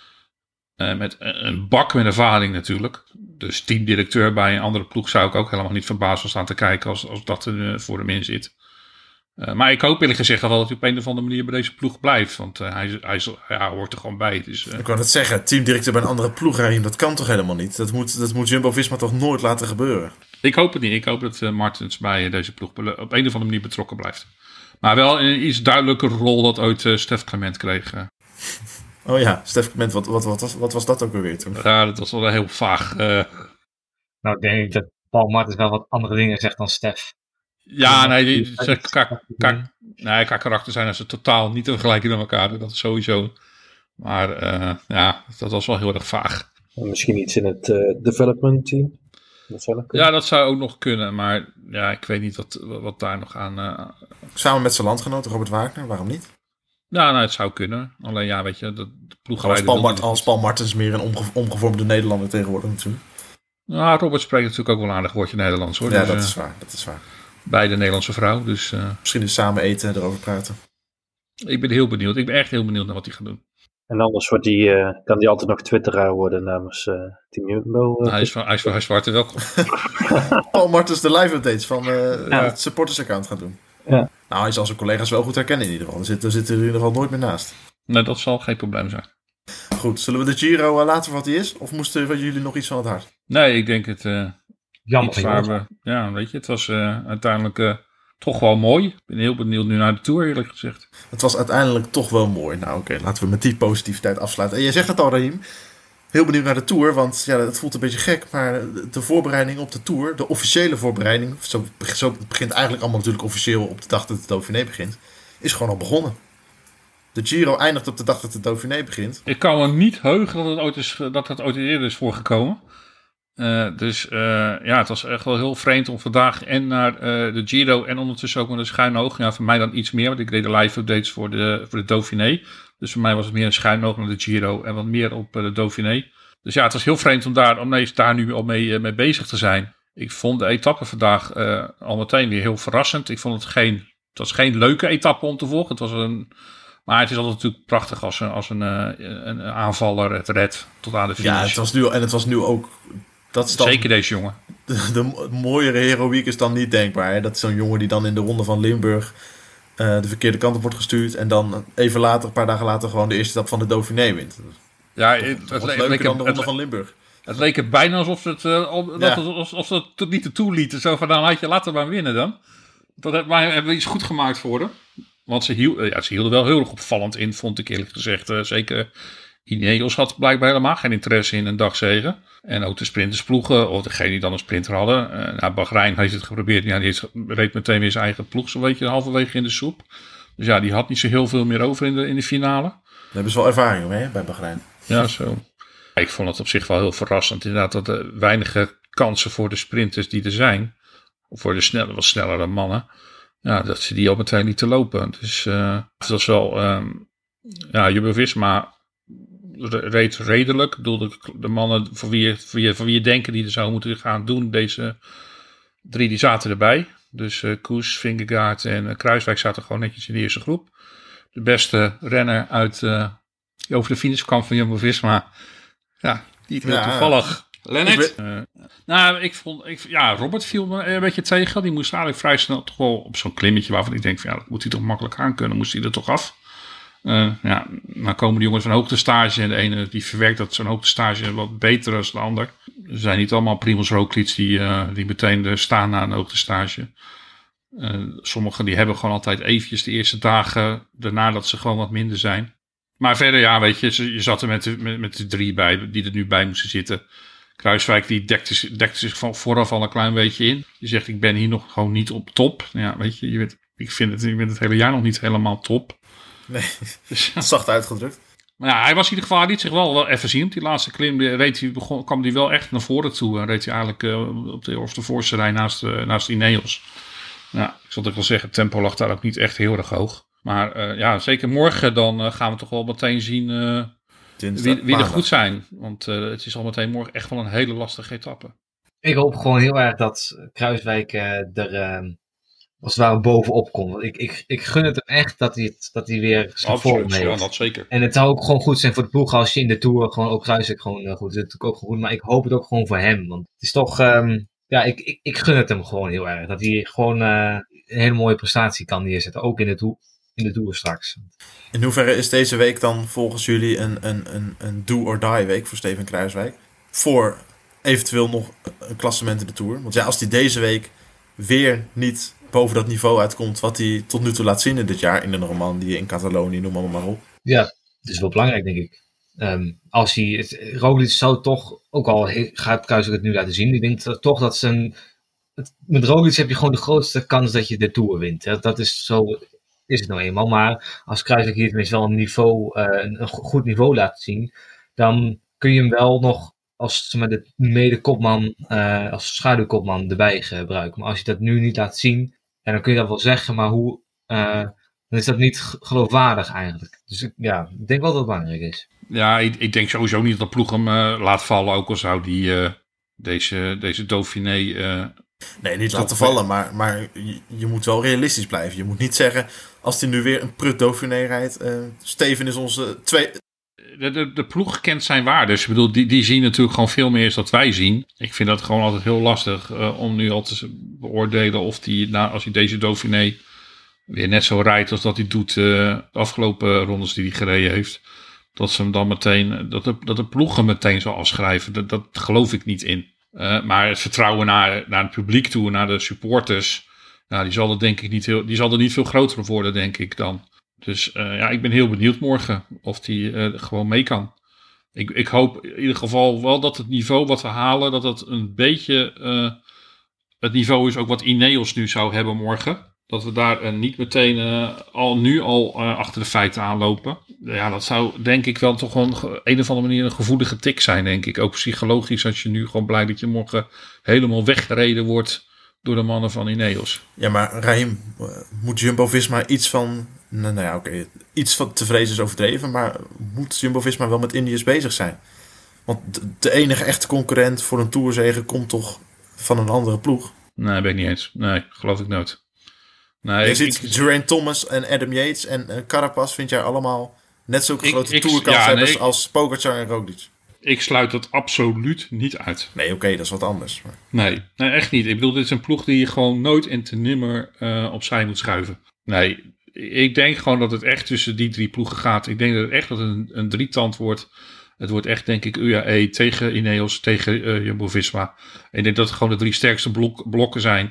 Met een bak met ervaring natuurlijk. Dus teamdirecteur bij een andere ploeg zou ik ook helemaal niet verbaasd van staan te kijken als dat voor hem in zit. Maar ik hoop eerlijk gezegd wel dat hij op een of andere manier bij deze ploeg blijft. Want hij hoort er gewoon bij. Dus, ik wou net zeggen, teamdirecteur bij een andere ploeg, Raheem, dat kan toch helemaal niet? Dat moet Jumbo-Visma toch nooit laten gebeuren? Ik hoop het niet. Ik hoop dat Martens bij deze ploeg op een of andere manier betrokken blijft. Maar wel in een iets duidelijker rol dat ooit Stef Clement kreeg. Oh ja, Stef Clement, wat was dat ook weer toen? Ja, dat was wel heel vaag. Nou, ik denk dat Paul Martens wel wat andere dingen zegt dan Stef. Ja, nee, qua karakter zijn ze totaal niet te vergelijken met elkaar. Dat is sowieso. Maar dat was wel heel erg vaag. Misschien iets in het development team? Ja, dat zou ook nog kunnen. Maar ja, ik weet niet wat daar nog aan... Samen met zijn landgenoot Robert Wagner, waarom niet? Ja, nou, het zou kunnen. Alleen ja, weet je, de ploegleider... Als Paul Martens meer een omgevormde Nederlander tegenwoordig natuurlijk. Nou, Robert spreekt natuurlijk ook wel een aardig woordje Nederlands, hoor. Ja, dus, dat is waar. Bij de Nederlandse vrouw, dus... Misschien eens samen eten en erover praten. Ik ben heel benieuwd. Ik ben echt heel benieuwd naar wat hij gaat doen. En anders kan hij altijd nog twitteraar worden namens Team Jumbo. Hij is van harte welkom. Paul Martens de live updates van het supporters account gaan doen. Ja. Nou, hij zal zijn collega's wel goed herkennen in ieder geval. Daar zitten er in ieder geval nooit meer naast. Nee, dat zal geen probleem zijn. Goed, zullen we de Giro laten voor wat hij is? Of moesten van jullie nog iets van het hart? Nee, ik denk het... Jammer. Ja, weet je, het was uiteindelijk toch wel mooi. Ik ben heel benieuwd nu naar de Tour, eerlijk gezegd. Het was uiteindelijk toch wel mooi. Nou oké, laten we met die positiviteit afsluiten. En jij zegt het al, Raheem. Heel benieuwd naar de Tour, want ja, het voelt een beetje gek. Maar de voorbereiding op de Tour, de officiële voorbereiding... Zo begint eigenlijk allemaal natuurlijk officieel op de dag dat de Dauphiné begint... is gewoon al begonnen. De Giro eindigt op de dag dat de Dauphiné begint. Ik kan me niet heugen dat het ooit eerder is voorgekomen. Het was echt wel heel vreemd om vandaag en naar de Giro en ondertussen ook met een schuin oog. Ja, voor mij dan iets meer, want ik deed de live updates voor de Dauphiné. Dus voor mij was het meer een schuin oog naar de Giro en wat meer op de Dauphiné. Dus ja, het was heel vreemd om daar nu al mee bezig te zijn. Ik vond de etappe vandaag al meteen weer heel verrassend. Ik vond het was geen leuke etappe om te volgen. Maar het is altijd natuurlijk prachtig als een aanvaller het redt tot aan de finish. Ja, het was nu ook... Dat is dan, zeker deze jongen. De mooiere heroïek is dan niet denkbaar. Hè? Dat is zo'n jongen die dan in de ronde van Limburg de verkeerde kant op wordt gestuurd. En dan even later, een paar dagen later, gewoon de eerste stap van de Dauphiné wint. Ja, het leek dan de ronde van Limburg. Het leek er bijna alsof ze het niet toe lieten. Zo van, laten we maar winnen dan. Hebben we iets goed gemaakt voor hem. Want ze hielden wel heel erg opvallend in, vond ik eerlijk gezegd. Zeker Ineos had blijkbaar helemaal geen interesse in een dagzege. En ook de sprintersploegen, of degene die dan een sprinter hadden. Bahrein heeft het geprobeerd. Ja, die reed meteen weer zijn eigen ploeg zo'n beetje halverwege in de soep. Dus ja, die had niet zo heel veel meer over in de finale. Daar hebben ze wel ervaring mee bij Bahrein. Ja, zo. Ik vond het op zich wel heel verrassend. Inderdaad, dat de weinige kansen voor de sprinters die er zijn. Of voor de wat snellere mannen. Ja, dat ze die al meteen niet te lopen. Dus het was wel... Jumbo-Visma reed redelijk. Ik bedoel, de mannen voor wie je denken die er zou moeten gaan doen. Deze 3 die zaten erbij. Dus Koes, Vingegaard en Kruiswijk zaten gewoon netjes in de eerste groep. De beste renner die over de finish kwam van Jumbo-Visma. Ja, niet heel toevallig. Lennart. Robert viel me een beetje tegen. Die moest eigenlijk vrij snel toch wel op zo'n klimmetje waarvan ik denk van dat moet hij toch makkelijk aan kunnen. Moest hij er toch af. Dan komen de jongens van hoogtestage en de ene die verwerkt dat zo'n hoogtestage wat beter dan de ander. Er zijn niet allemaal Primož Roglič die meteen staan na een hoogtestage. Sommigen die hebben gewoon altijd eventjes de eerste dagen daarna dat ze gewoon wat minder zijn. Maar verder, ja, weet je zat er met de 3 bij die er nu bij moesten zitten. Kruijswijk die dekte zich vooraf al een klein beetje in. Die zegt, ik ben hier nog gewoon niet op top. Ja, weet je, je bent het hele jaar nog niet helemaal top. Nee, Dus, zacht uitgedrukt. maar ja, hij was in ieder geval, hij liet zich wel even zien. Op die laatste klim kwam hij wel echt naar voren toe. En reed hij eigenlijk op de voorste rij naast Ineos. Nou, ik zal het ook wel zeggen, het tempo lag daar ook niet echt heel erg hoog. Maar ja, zeker morgen dan gaan we toch wel meteen zien wie er goed zijn. Want het is al meteen morgen echt wel een hele lastige etappe. Ik hoop gewoon heel erg dat Kruijswijk er als het ware bovenop komt. Want ik gun het hem echt dat hij weer zijn vorm heeft. Ja, dat zeker. En het zou ook gewoon goed zijn voor de ploeg als je in de Tour gewoon ook Kruijswijk gewoon goed. Dat is natuurlijk ook goed, maar ik hoop het ook gewoon voor hem. Want het is toch, ik gun het hem gewoon heel erg. Dat hij gewoon een hele mooie prestatie kan neerzetten. Ook in de Tour straks. In hoeverre is deze week dan volgens jullie een do-or-die week voor Steven Kruijswijk? Voor eventueel nog een klassement in de Tour. Want ja, als hij deze week weer niet boven dat niveau uitkomt wat hij tot nu toe laat zien in dit jaar, in de Normandie, in Catalonië, noem maar op. Ja, dat is wel belangrijk, denk ik. Als hij Roglic zou toch, ook al gaat Kruijswijk het nu laten zien, ik denk toch dat met Roglic heb je gewoon de grootste kans dat je de Tour wint. Hè? Dat is zo, is het nou eenmaal. Maar als Kruijswijk hier tenminste wel een goed niveau laat zien, dan kun je hem wel nog als de mede-kopman, als schaduwkopman erbij gebruiken. Maar als je dat nu niet laat zien, dan kun je dat wel zeggen, maar dan is dat niet geloofwaardig eigenlijk. Dus ik denk wel dat het belangrijk is. Ja, ik denk sowieso niet dat de ploeg hem laat vallen, ook al zou die deze Dauphiné... Nee, niet laten vallen, maar je moet wel realistisch blijven. Je moet niet zeggen, als hij nu weer een prut Dauphiné rijdt, Steven is onze De ploeg kent zijn waardes. Ik bedoel, die zien natuurlijk gewoon veel meer dan wij zien. Ik vind dat gewoon altijd heel lastig om nu al te beoordelen of als hij deze Dauphiné weer net zo rijdt als dat hij doet de afgelopen rondes die hij gereden heeft. Dat ze hem dan meteen, dat de ploeg hem meteen zal afschrijven. Dat geloof ik niet in. Maar het vertrouwen naar het publiek toe, naar de supporters, die zal er denk ik die zal er niet veel groter worden, denk ik dan. Dus ik ben heel benieuwd morgen of die gewoon mee kan. Ik hoop in ieder geval wel dat het niveau wat we halen, dat het een beetje het niveau is ook wat Ineos nu zou hebben morgen. Dat we daar niet meteen al achter de feiten aanlopen. Ja, dat zou denk ik wel toch een of andere manier een gevoelige tik zijn, denk ik. Ook psychologisch als je nu gewoon blij dat je morgen helemaal weggereden wordt door de mannen van Ineos. Ja, maar Raim, moet Jumbo-Visma iets van... iets van te vrezen is overdreven, maar moet Jumbo-Visma wel met Ineos bezig zijn? Want de enige echte concurrent voor een Tourzege komt toch van een andere ploeg? Nee, ben ik niet eens. Nee, geloof ik nooit. Nee, je ziet Geraint Thomas en Adam Yates en Carapaz vind jij allemaal net zulke grote Tourkanshebbers als Pogacar en Roglic. Ik sluit dat absoluut niet uit. Nee, oké, dat is wat anders. Maar... Nee, echt niet. Ik bedoel, dit is een ploeg die je gewoon nooit en te nimmer opzij moet schuiven. Nee, ik denk gewoon dat het echt tussen die drie ploegen gaat. Ik denk dat het echt een drietand wordt. Het wordt echt, denk ik, UAE tegen Ineos, tegen Jumbo-Visma. En ik denk dat het gewoon de drie sterkste blokken zijn.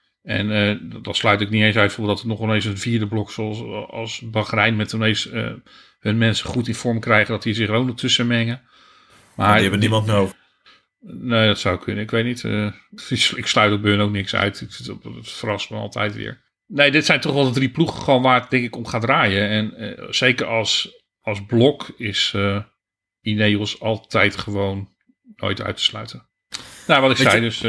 En dan sluit ik niet eens uit voor dat er nog ineens een vierde blok als Bahrein met ineens hun mensen goed in vorm krijgen, dat die zich ook nog tussen mengen. Maar die hebben niemand nodig. Nee, dat zou kunnen. Ik weet niet. Ik sluit op hun ook niks uit. Het verrast me altijd weer. Nee, dit zijn toch wel de drie ploegen gewoon waar het denk ik om gaat draaien. En zeker als blok is Ineos altijd gewoon nooit uit te sluiten. Nou, wat ik zei dus...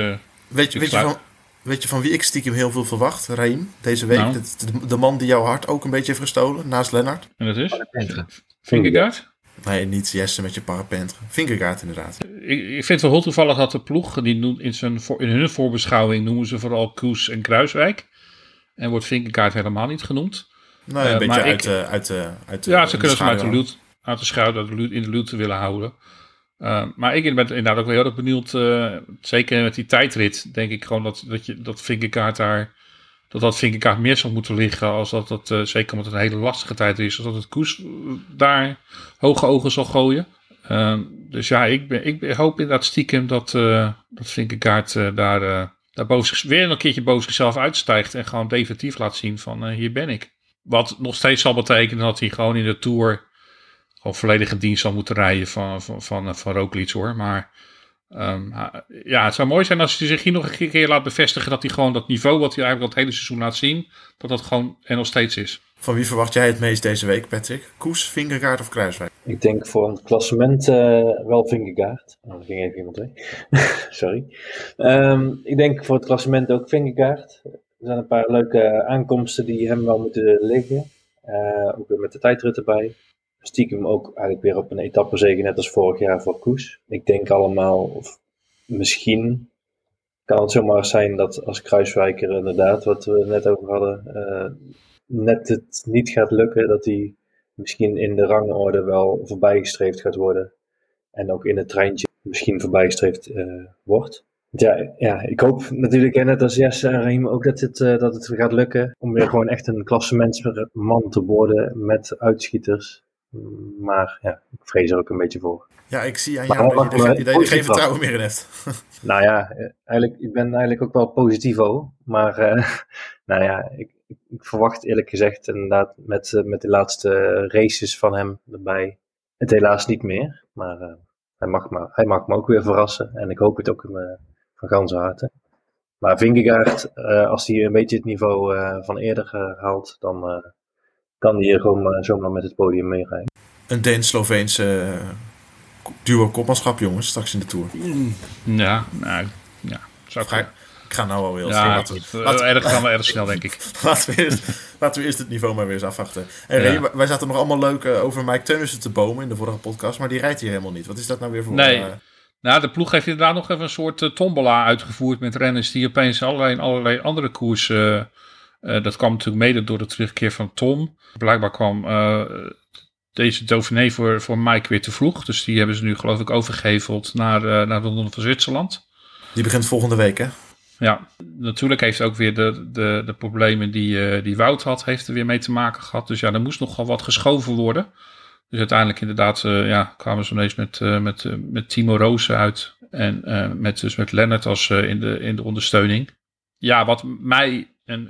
Weet je van wie ik stiekem heel veel verwacht, Raim, deze week? Nou. De man die jouw hart ook een beetje heeft gestolen, naast Lennart. En dat is? Vingegaard? Nee, niet Jesse met je parapentre. Vingegaard inderdaad. Ik vind het wel heel toevallig dat de ploeg, die in hun voorbeschouwing noemen ze vooral Koes en Kruijswijk. En wordt Vingegaard helemaal niet genoemd. Nee, een beetje uit ja, ze kunnen ze uit de schuil in de luwte willen houden. Maar ik ben inderdaad ook wel heel erg benieuwd, zeker met die tijdrit, denk ik gewoon dat Vingegaard dat Vingegaard meer zal moeten liggen als dat zeker omdat het een hele lastige tijd is, als dat het Koes daar hoge ogen zal gooien. Dus ja, ik hoop inderdaad stiekem dat Vingegaard daar weer een keertje boven zichzelf uitstijgt en gewoon definitief laat zien van hier ben ik. Wat nog steeds zal betekenen dat hij gewoon in de Tour gewoon volledig in dienst zal moeten rijden van Roglic hoor. Maar Het zou mooi zijn als hij zich hier nog een keer laat bevestigen dat hij gewoon dat niveau wat hij eigenlijk dat hele seizoen laat zien, dat gewoon er nog steeds is. Van wie verwacht jij het meest deze week, Patrick? Koes, Vingegaard of Kruijswijk? Ik denk voor een klassement wel Vingegaard. Oh, er ging even iemand weg. Sorry. Ik denk voor het klassement ook Vingegaard. Er zijn een paar leuke aankomsten die hem wel moeten liggen. Ook weer met de tijdrit erbij. Stiekem ook eigenlijk weer op een etappezege, net als vorig jaar voor Koes. Ik denk allemaal, of misschien kan het zomaar zijn dat als Kruijswijker inderdaad, wat we net over hadden, net het niet gaat lukken, dat hij misschien in de rangorde wel voorbijgestreefd gaat worden. En ook in het treintje misschien voorbijgestreefd wordt. Ja, ik hoop natuurlijk, net als Jesse en Riem, ook dat het gaat lukken. Om weer gewoon echt een klassementsman te worden met uitschieters. Maar ja, ik vrees er ook een beetje voor. Ja, ik zie aan jou dat je er geen vertrouwen meer in hebt. Nou ja, ik ben eigenlijk ook wel positivo. Maar nou ja, ik verwacht eerlijk gezegd inderdaad met de laatste races van hem erbij het helaas niet meer. Maar hij mag me ook weer verrassen. En ik hoop het ook van ganse harte. Maar Vingegaard, als hij een beetje het niveau van eerder haalt, dan kan hij hier gewoon zomaar met het podium meerijden. Een Deens-Sloveense duo kopmanschap, jongens, straks in de Tour. Ja. Zou Ik ga nou al heel erg gaan we erg snel, denk ik. Laten we eerst het niveau maar weer eens afwachten. En wij zaten nog allemaal leuk over Mike Teunissen te bomen in de vorige podcast, maar die rijdt hier helemaal niet. Wat is dat nou weer voor... Nee. De ploeg heeft inderdaad nog even een soort tombola uitgevoerd met renners die opeens allerlei andere koersen... dat kwam natuurlijk mede door de terugkeer van Tom. Blijkbaar kwam deze Dauphiné voor Mike weer te vroeg. Dus die hebben ze nu geloof ik overgeheveld naar de Ronde van Zwitserland. Die begint volgende week, hè? Ja, natuurlijk heeft ook weer de problemen die Wout had, heeft er weer mee te maken gehad. Dus ja, er moest nogal wat geschoven worden. Dus uiteindelijk inderdaad kwamen ze ineens met Timo Roos uit. En met Lennart als in de ondersteuning. Ja, wat mij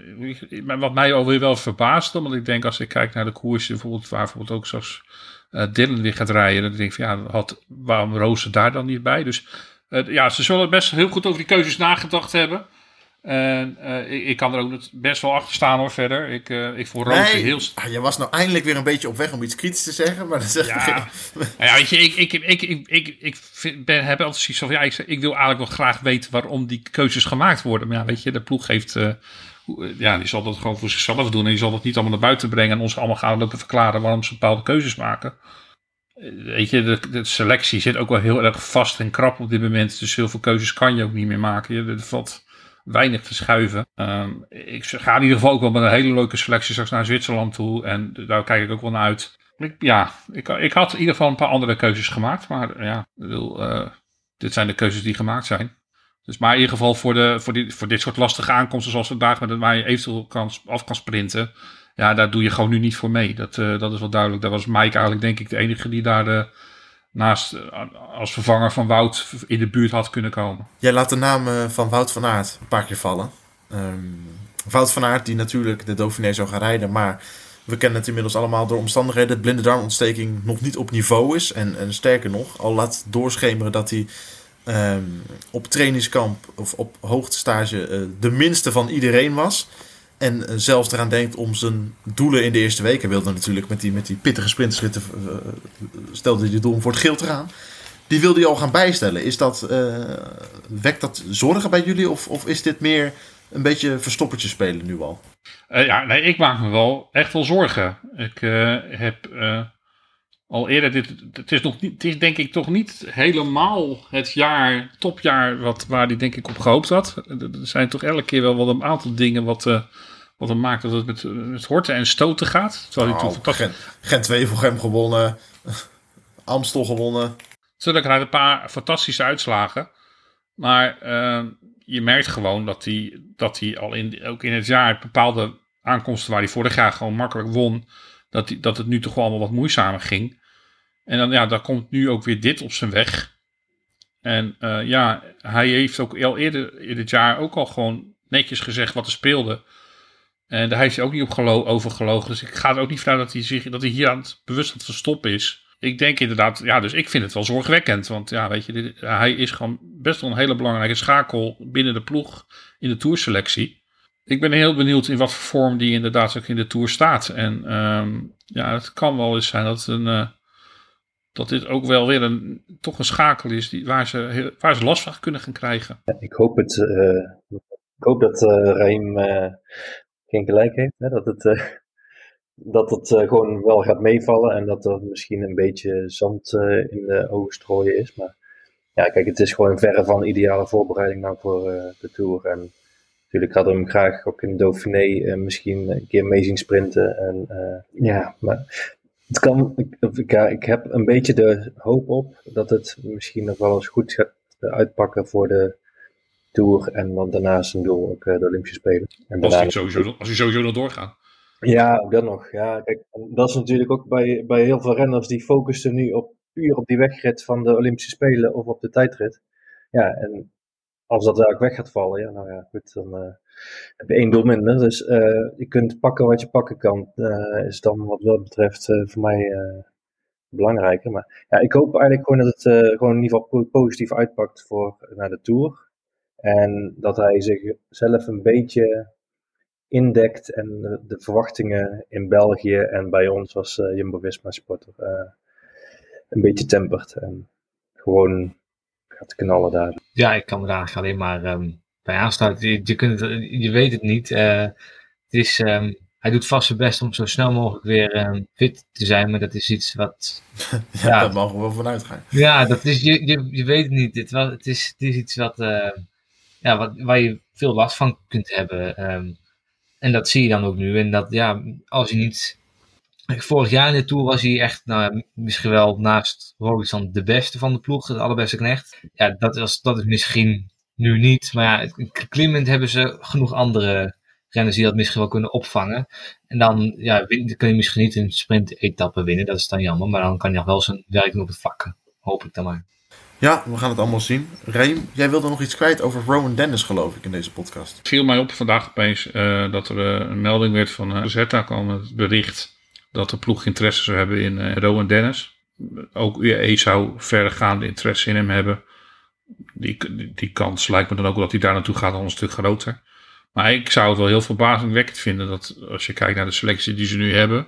alweer wel verbaast, omdat ik denk als ik kijk naar de koers, bijvoorbeeld waar bijvoorbeeld ook zoals Dylan weer gaat rijden, dan denk ik van waarom Roos daar dan niet bij? Dus ze zullen best heel goed over die keuzes nagedacht hebben. En ik kan er ook best wel achter staan hoor, verder. Ik vond Roos heel... Je was nou eindelijk weer een beetje op weg om iets kritisch te zeggen, maar dat zeg weet je, heb altijd zoiets van, ik wil eigenlijk nog graag weten waarom die keuzes gemaakt worden. Maar ja, weet je, de ploeg heeft... die zal dat gewoon voor zichzelf doen en die zal dat niet allemaal naar buiten brengen en ons allemaal gaan lopen verklaren waarom ze bepaalde keuzes maken. Weet je, de selectie zit ook wel heel erg vast en krap op dit moment, dus heel veel keuzes kan je ook niet meer maken. Er valt weinig te schuiven. Ik ga in ieder geval ook wel met een hele leuke selectie straks naar Zwitserland toe en daar kijk ik ook wel naar uit. Ik had in ieder geval een paar andere keuzes gemaakt, maar dit zijn de keuzes die gemaakt zijn. Dus maar in ieder geval voor dit soort lastige aankomsten zoals vandaag, waar je eventueel af kan sprinten, ja, daar doe je gewoon nu niet voor mee. Dat is wel duidelijk. Daar was Mike eigenlijk denk ik de enige die daar naast als vervanger van Wout in de buurt had kunnen komen. Jij laat de naam van Wout van Aert een paar keer vallen. Wout van Aert die natuurlijk de Dauphiné zou gaan rijden, maar we kennen het inmiddels allemaal door omstandigheden dat blinde darmontsteking nog niet op niveau is. En sterker nog, al laat doorschemeren dat hij op trainingskamp of op hoogtestage de minste van iedereen was. En zelfs eraan denkt om zijn doelen in de eerste week. Hij wilde natuurlijk met die pittige sprintritten, stelde hij de doel om voor het geel te gaan. Die wilde hij al gaan bijstellen. Wekt dat zorgen bij jullie? Of is dit meer een beetje verstoppertje spelen nu al? Ik maak me wel echt wel zorgen. Ik heb al eerder, het is denk ik toch niet helemaal het topjaar waar hij denk ik op gehoopt had. Er zijn toch elke keer wel een aantal dingen wat hem maakt dat het met horten en stoten gaat. Gent 2 voor hem gewonnen. Amstel gewonnen. Natuurlijk, hij had een paar fantastische uitslagen. Maar je merkt gewoon dat hij al ook in het jaar bepaalde aankomsten waar hij vorig jaar gewoon makkelijk won, dat het nu toch wel allemaal wat moeizamer ging. En dan daar komt nu ook weer dit op zijn weg. En hij heeft ook al eerder in het jaar ook al gewoon netjes gezegd wat er speelde. En daar heeft hij ook niet over gelogen. Dus ik ga er ook niet vanuit dat hij hier bewust aan het verstoppen is. ik denk inderdaad, dus ik vind het wel zorgwekkend. Want ja, weet je, hij is gewoon best wel een hele belangrijke schakel binnen de ploeg in de tourselectie. Ik ben heel benieuwd in wat voor vorm die inderdaad ook in de Tour staat. En het kan wel eens zijn dat dit ook wel weer toch een schakel is waar ze last van kunnen gaan krijgen. Ja, ik hoop dat Raheem geen gelijk heeft. Hè? Dat het gewoon wel gaat meevallen en dat er misschien een beetje zand in de ogen strooien is. Maar ja, kijk, het is gewoon verre van ideale voorbereiding nou voor de Tour. En natuurlijk hadden we hem graag ook in Dauphiné misschien een keer mee zien sprinten. En maar het kan. Ik heb een beetje de hoop op dat het misschien nog wel eens goed gaat uitpakken voor de Tour. En dan daarna zijn doel ook de Olympische Spelen. En als hij sowieso nog doorgaat. Ja, ook dat nog. Ja, kijk, dat is natuurlijk ook bij heel veel renners die focussen nu puur op die wegrit van de Olympische Spelen of op de tijdrit. Ja, en als dat daar ook weg gaat vallen, goed, dan heb je 1 doel minder. Dus je kunt pakken wat je pakken kan, is dan wat dat betreft voor mij belangrijker. Maar ja, ik hoop eigenlijk gewoon dat het gewoon in ieder geval positief uitpakt naar de Tour. En dat hij zichzelf een beetje indekt en de verwachtingen in België en bij ons als Jumbo-Visma supporter een beetje tempert en gewoon gaat knallen daar. Ja, ik kan me daar alleen maar bij aansluiten. Je weet het niet. Hij doet vast zijn best om zo snel mogelijk weer fit te zijn, maar dat is iets wat... Daar mogen we wel vanuit gaan. Ja, dat is, je weet het niet. Het is iets waar je veel last van kunt hebben. En dat zie je dan ook nu. En dat, als je niet... Vorig jaar in de Tour was hij echt, misschien wel naast Roglic de beste van de ploeg. De allerbeste knecht. Ja, dat is misschien nu niet. Maar ja, klimmend hebben ze genoeg andere renners die dat misschien wel kunnen opvangen. En dan kun je misschien niet een sprint-etappe winnen. Dat is dan jammer. Maar dan kan je nog wel zijn werk doen op het vak. Hoop ik dan maar. Ja, we gaan het allemaal zien. Reem, jij wilde nog iets kwijt over Rowan Dennis, geloof ik, in deze podcast. Het viel mij op vandaag opeens dat er een melding werd van Zeta, kwam het bericht dat de ploeg interesse zou hebben in Rowan Dennis. Ook UAE zou verregaande interesse in hem hebben. Die kans lijkt me dan ook dat hij daar naartoe gaat al een stuk groter. Maar ik zou het wel heel verbazingwekkend vinden dat als je kijkt naar de selectie die ze nu hebben,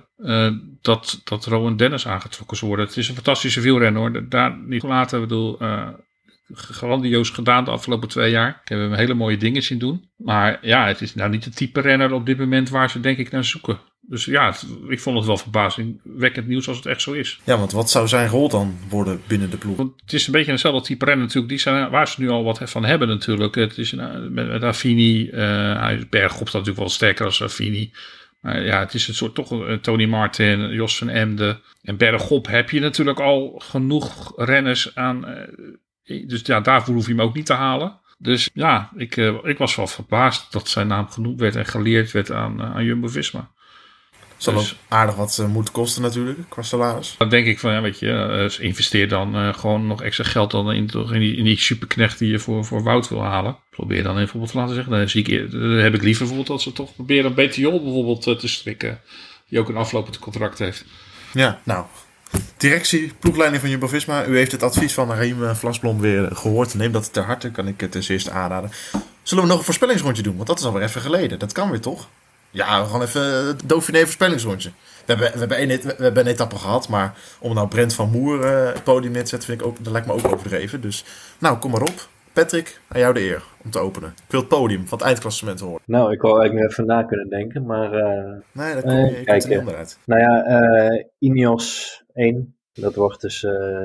dat Rowan Dennis aangetrokken zou worden. Het is een fantastische wielrenner hoor. Daar niet laten, ik bedoel, grandioos gedaan de afgelopen 2 jaar. Ik heb hem hele mooie dingen zien doen. Maar ja, het is nou niet het type renner op dit moment waar ze denk ik naar zoeken. Dus ja, ik vond het wel verbazingwekkend nieuws als het echt zo is. Ja, want wat zou zijn rol dan worden binnen de ploeg? Want het is een beetje hetzelfde type renner natuurlijk. Waar ze nu al wat van hebben natuurlijk. Het is met Affini. Bergop staat natuurlijk wel sterker als Affini. Maar ja, het is een soort toch een Tony Martin, Jos van Emden. En Bergop heb je natuurlijk al genoeg renners aan. Dus ja, daarvoor hoef je hem ook niet te halen. Dus ja, ik was wel verbaasd dat zijn naam genoemd werd en geleerd werd aan Jumbo-Visma. Zal ook aardig wat moeten kosten natuurlijk, qua salaris. Dan denk ik van, weet je, investeer dan gewoon nog extra geld dan in die superknecht die je voor Wout wil halen. Probeer dan bijvoorbeeld te laten zeggen, dan heb ik liever bijvoorbeeld dat ze toch proberen een BTO bijvoorbeeld te strikken. Die ook een aflopend contract heeft. Ja, nou, directie, ploegleiding van Jumbo-Visma. U heeft het advies van Raheem Vlasblom weer gehoord. Neem dat ter harte, kan ik ten eerste aanraden. Zullen we nog een voorspellingsrondje doen? Want dat is alweer even geleden. Dat kan weer toch? Ja, we gaan even het Dauphiné voorspellingsrondje. We hebben een etappe gehad, maar om nou Brent van Moer het podium neer te zetten, dat lijkt me ook overdreven. Dus nou, kom maar op. Patrick, aan jou de eer om te openen. Ik wil het podium van het eindklassement horen. Nou, ik wou eigenlijk nog even na kunnen denken, maar... nee, daar kom je komt er niet onderuit. Nou ja, Ineos 1. Dat wordt dus,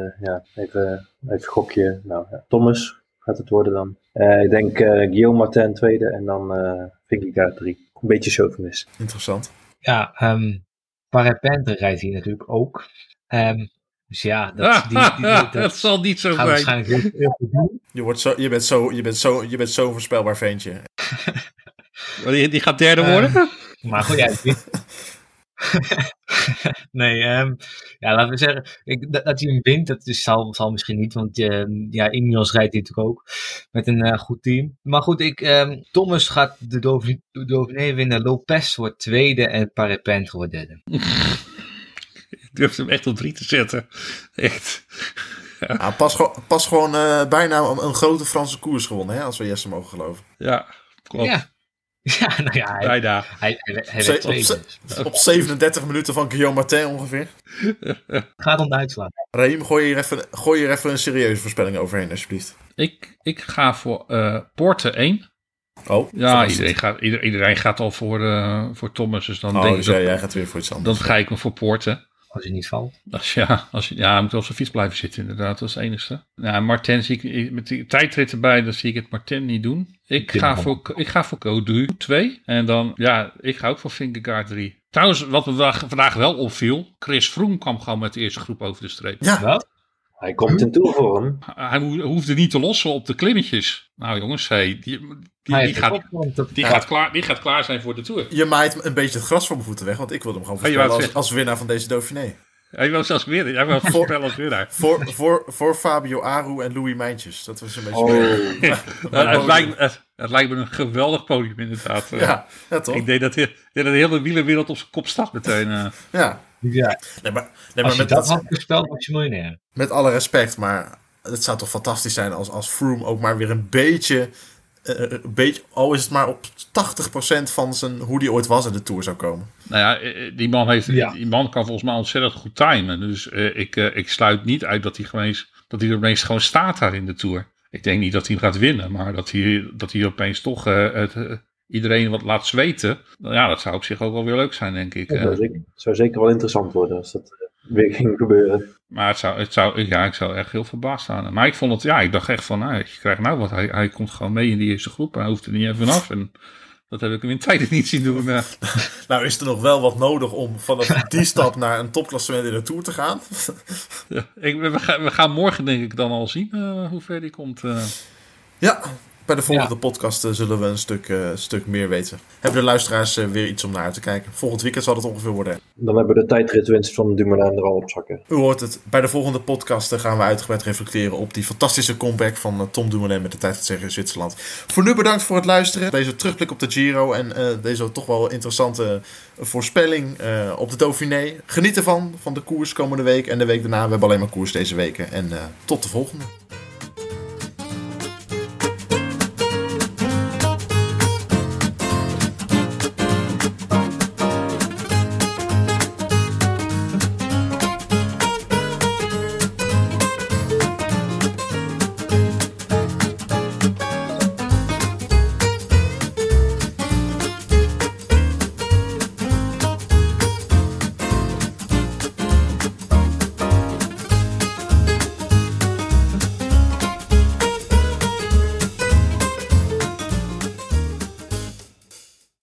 even gokje. Nou, Thomas gaat het worden dan. Ik denk Guillaume Martin tweede en dan Vingegaard 3. Een beetje chauvinist. Interessant. Ja, Parapente rijdt hier natuurlijk ook. Dus ja, dat zal niet zo zijn. Waarschijnlijk heel goed doen. Je bent zo'n voorspelbaar ventje. Die gaat derde worden? Maar goed, ja. Nee, laten we zeggen, dat hij hem wint, dat zal misschien niet, want Ineos rijdt hij natuurlijk ook met een goed team. Maar goed, Thomas gaat de Dauphiné winnen, Lopez wordt tweede en Parapente wordt derde. durfde hem echt op 3 te zetten. Echt. Ja, pas gewoon bijna een grote Franse koers gewonnen, hè, als we Jesse mogen geloven. Ja, klopt. Ja, nou ja, Bijna. hij werd tweede. Op 37 minuten van Guillaume Martin ongeveer. Gaat om de uitslag. Raheem, gooi hier even een serieuze voorspelling overheen, alsjeblieft. Ik ga voor Poorten 1. Oh, ja, iedereen gaat al voor Thomas. Dus dan denk ik jij gaat weer voor iets anders. Dan ga ik me voor Poorten. Als hij niet valt. Hij moet op zijn fiets blijven zitten inderdaad. Dat is het enige. Ja, Martin zie ik met die tijdrit erbij. Dan zie ik het Martin niet doen. Ik ga voor Codru 2. En dan, ik ga ook voor Vingegaard 3. Trouwens, wat me vandaag wel opviel. Chris Froome kwam gewoon met de eerste groep over de streep. Ja. Wat? Hij komt in toervorm. Hij hoefde niet te lossen op de klimmetjes. Nou jongens, die gaat klaar zijn voor de Tour. Je maait een beetje het gras voor mijn voeten weg. Want ik wilde hem gewoon voorspellen als winnaar van deze Dauphiné. Hij wou zelfs weer. Hij wou voorspellen als winnaar. Voor Fabio Aru en Louis Mijntjes. Dat was een beetje... Het lijkt me een geweldig podium inderdaad. Ja, toch? Ik denk dat de hele wielerwereld op zijn kop staat meteen. Ja. Nee, maar als je dat had voorspeld, was je miljonair. Met alle respect, maar het zou toch fantastisch zijn als Froome ook maar weer een beetje, al is het maar op 80% van hoe die ooit was in de Tour zou komen. Nou ja, die man kan volgens mij ontzettend goed timen. Dus ik sluit niet uit dat hij er opeens gewoon staat daar in de Tour. Ik denk niet dat hij gaat winnen, maar dat hij opeens toch iedereen wat laat zweten. Nou ja, dat zou op zich ook wel weer leuk zijn, denk ik. Het zou zeker wel interessant worden als dat weer ging gebeuren. Maar ik zou echt heel verbaasd staan. Maar ik vond het, ik dacht echt van, je krijgt nou wat. Hij komt gewoon mee in die eerste groep. Hij hoeft er niet even af. En dat heb ik hem in tijden niet zien doen. Nou is er nog wel wat nodig om vanaf die stap naar een topklassement in de Tour te gaan. We gaan morgen denk ik dan al zien hoe ver die komt. Ja, bij de volgende podcast zullen we een stuk meer weten. Hebben de luisteraars weer iets om naar uit te kijken. Volgend weekend zal het ongeveer worden. Dan hebben we de tijdritwinst van Dumoulin er al op zakken. U hoort het. Bij de volgende podcast gaan we uitgebreid reflecteren op die fantastische comeback van Tom Dumoulin met de tijdritzege in Zwitserland. Voor nu bedankt voor het luisteren. Deze terugblik op de Giro en deze toch wel interessante voorspelling op de Dauphiné. Geniet ervan, van de koers komende week en de week daarna. We hebben alleen maar koers deze weken. En tot de volgende.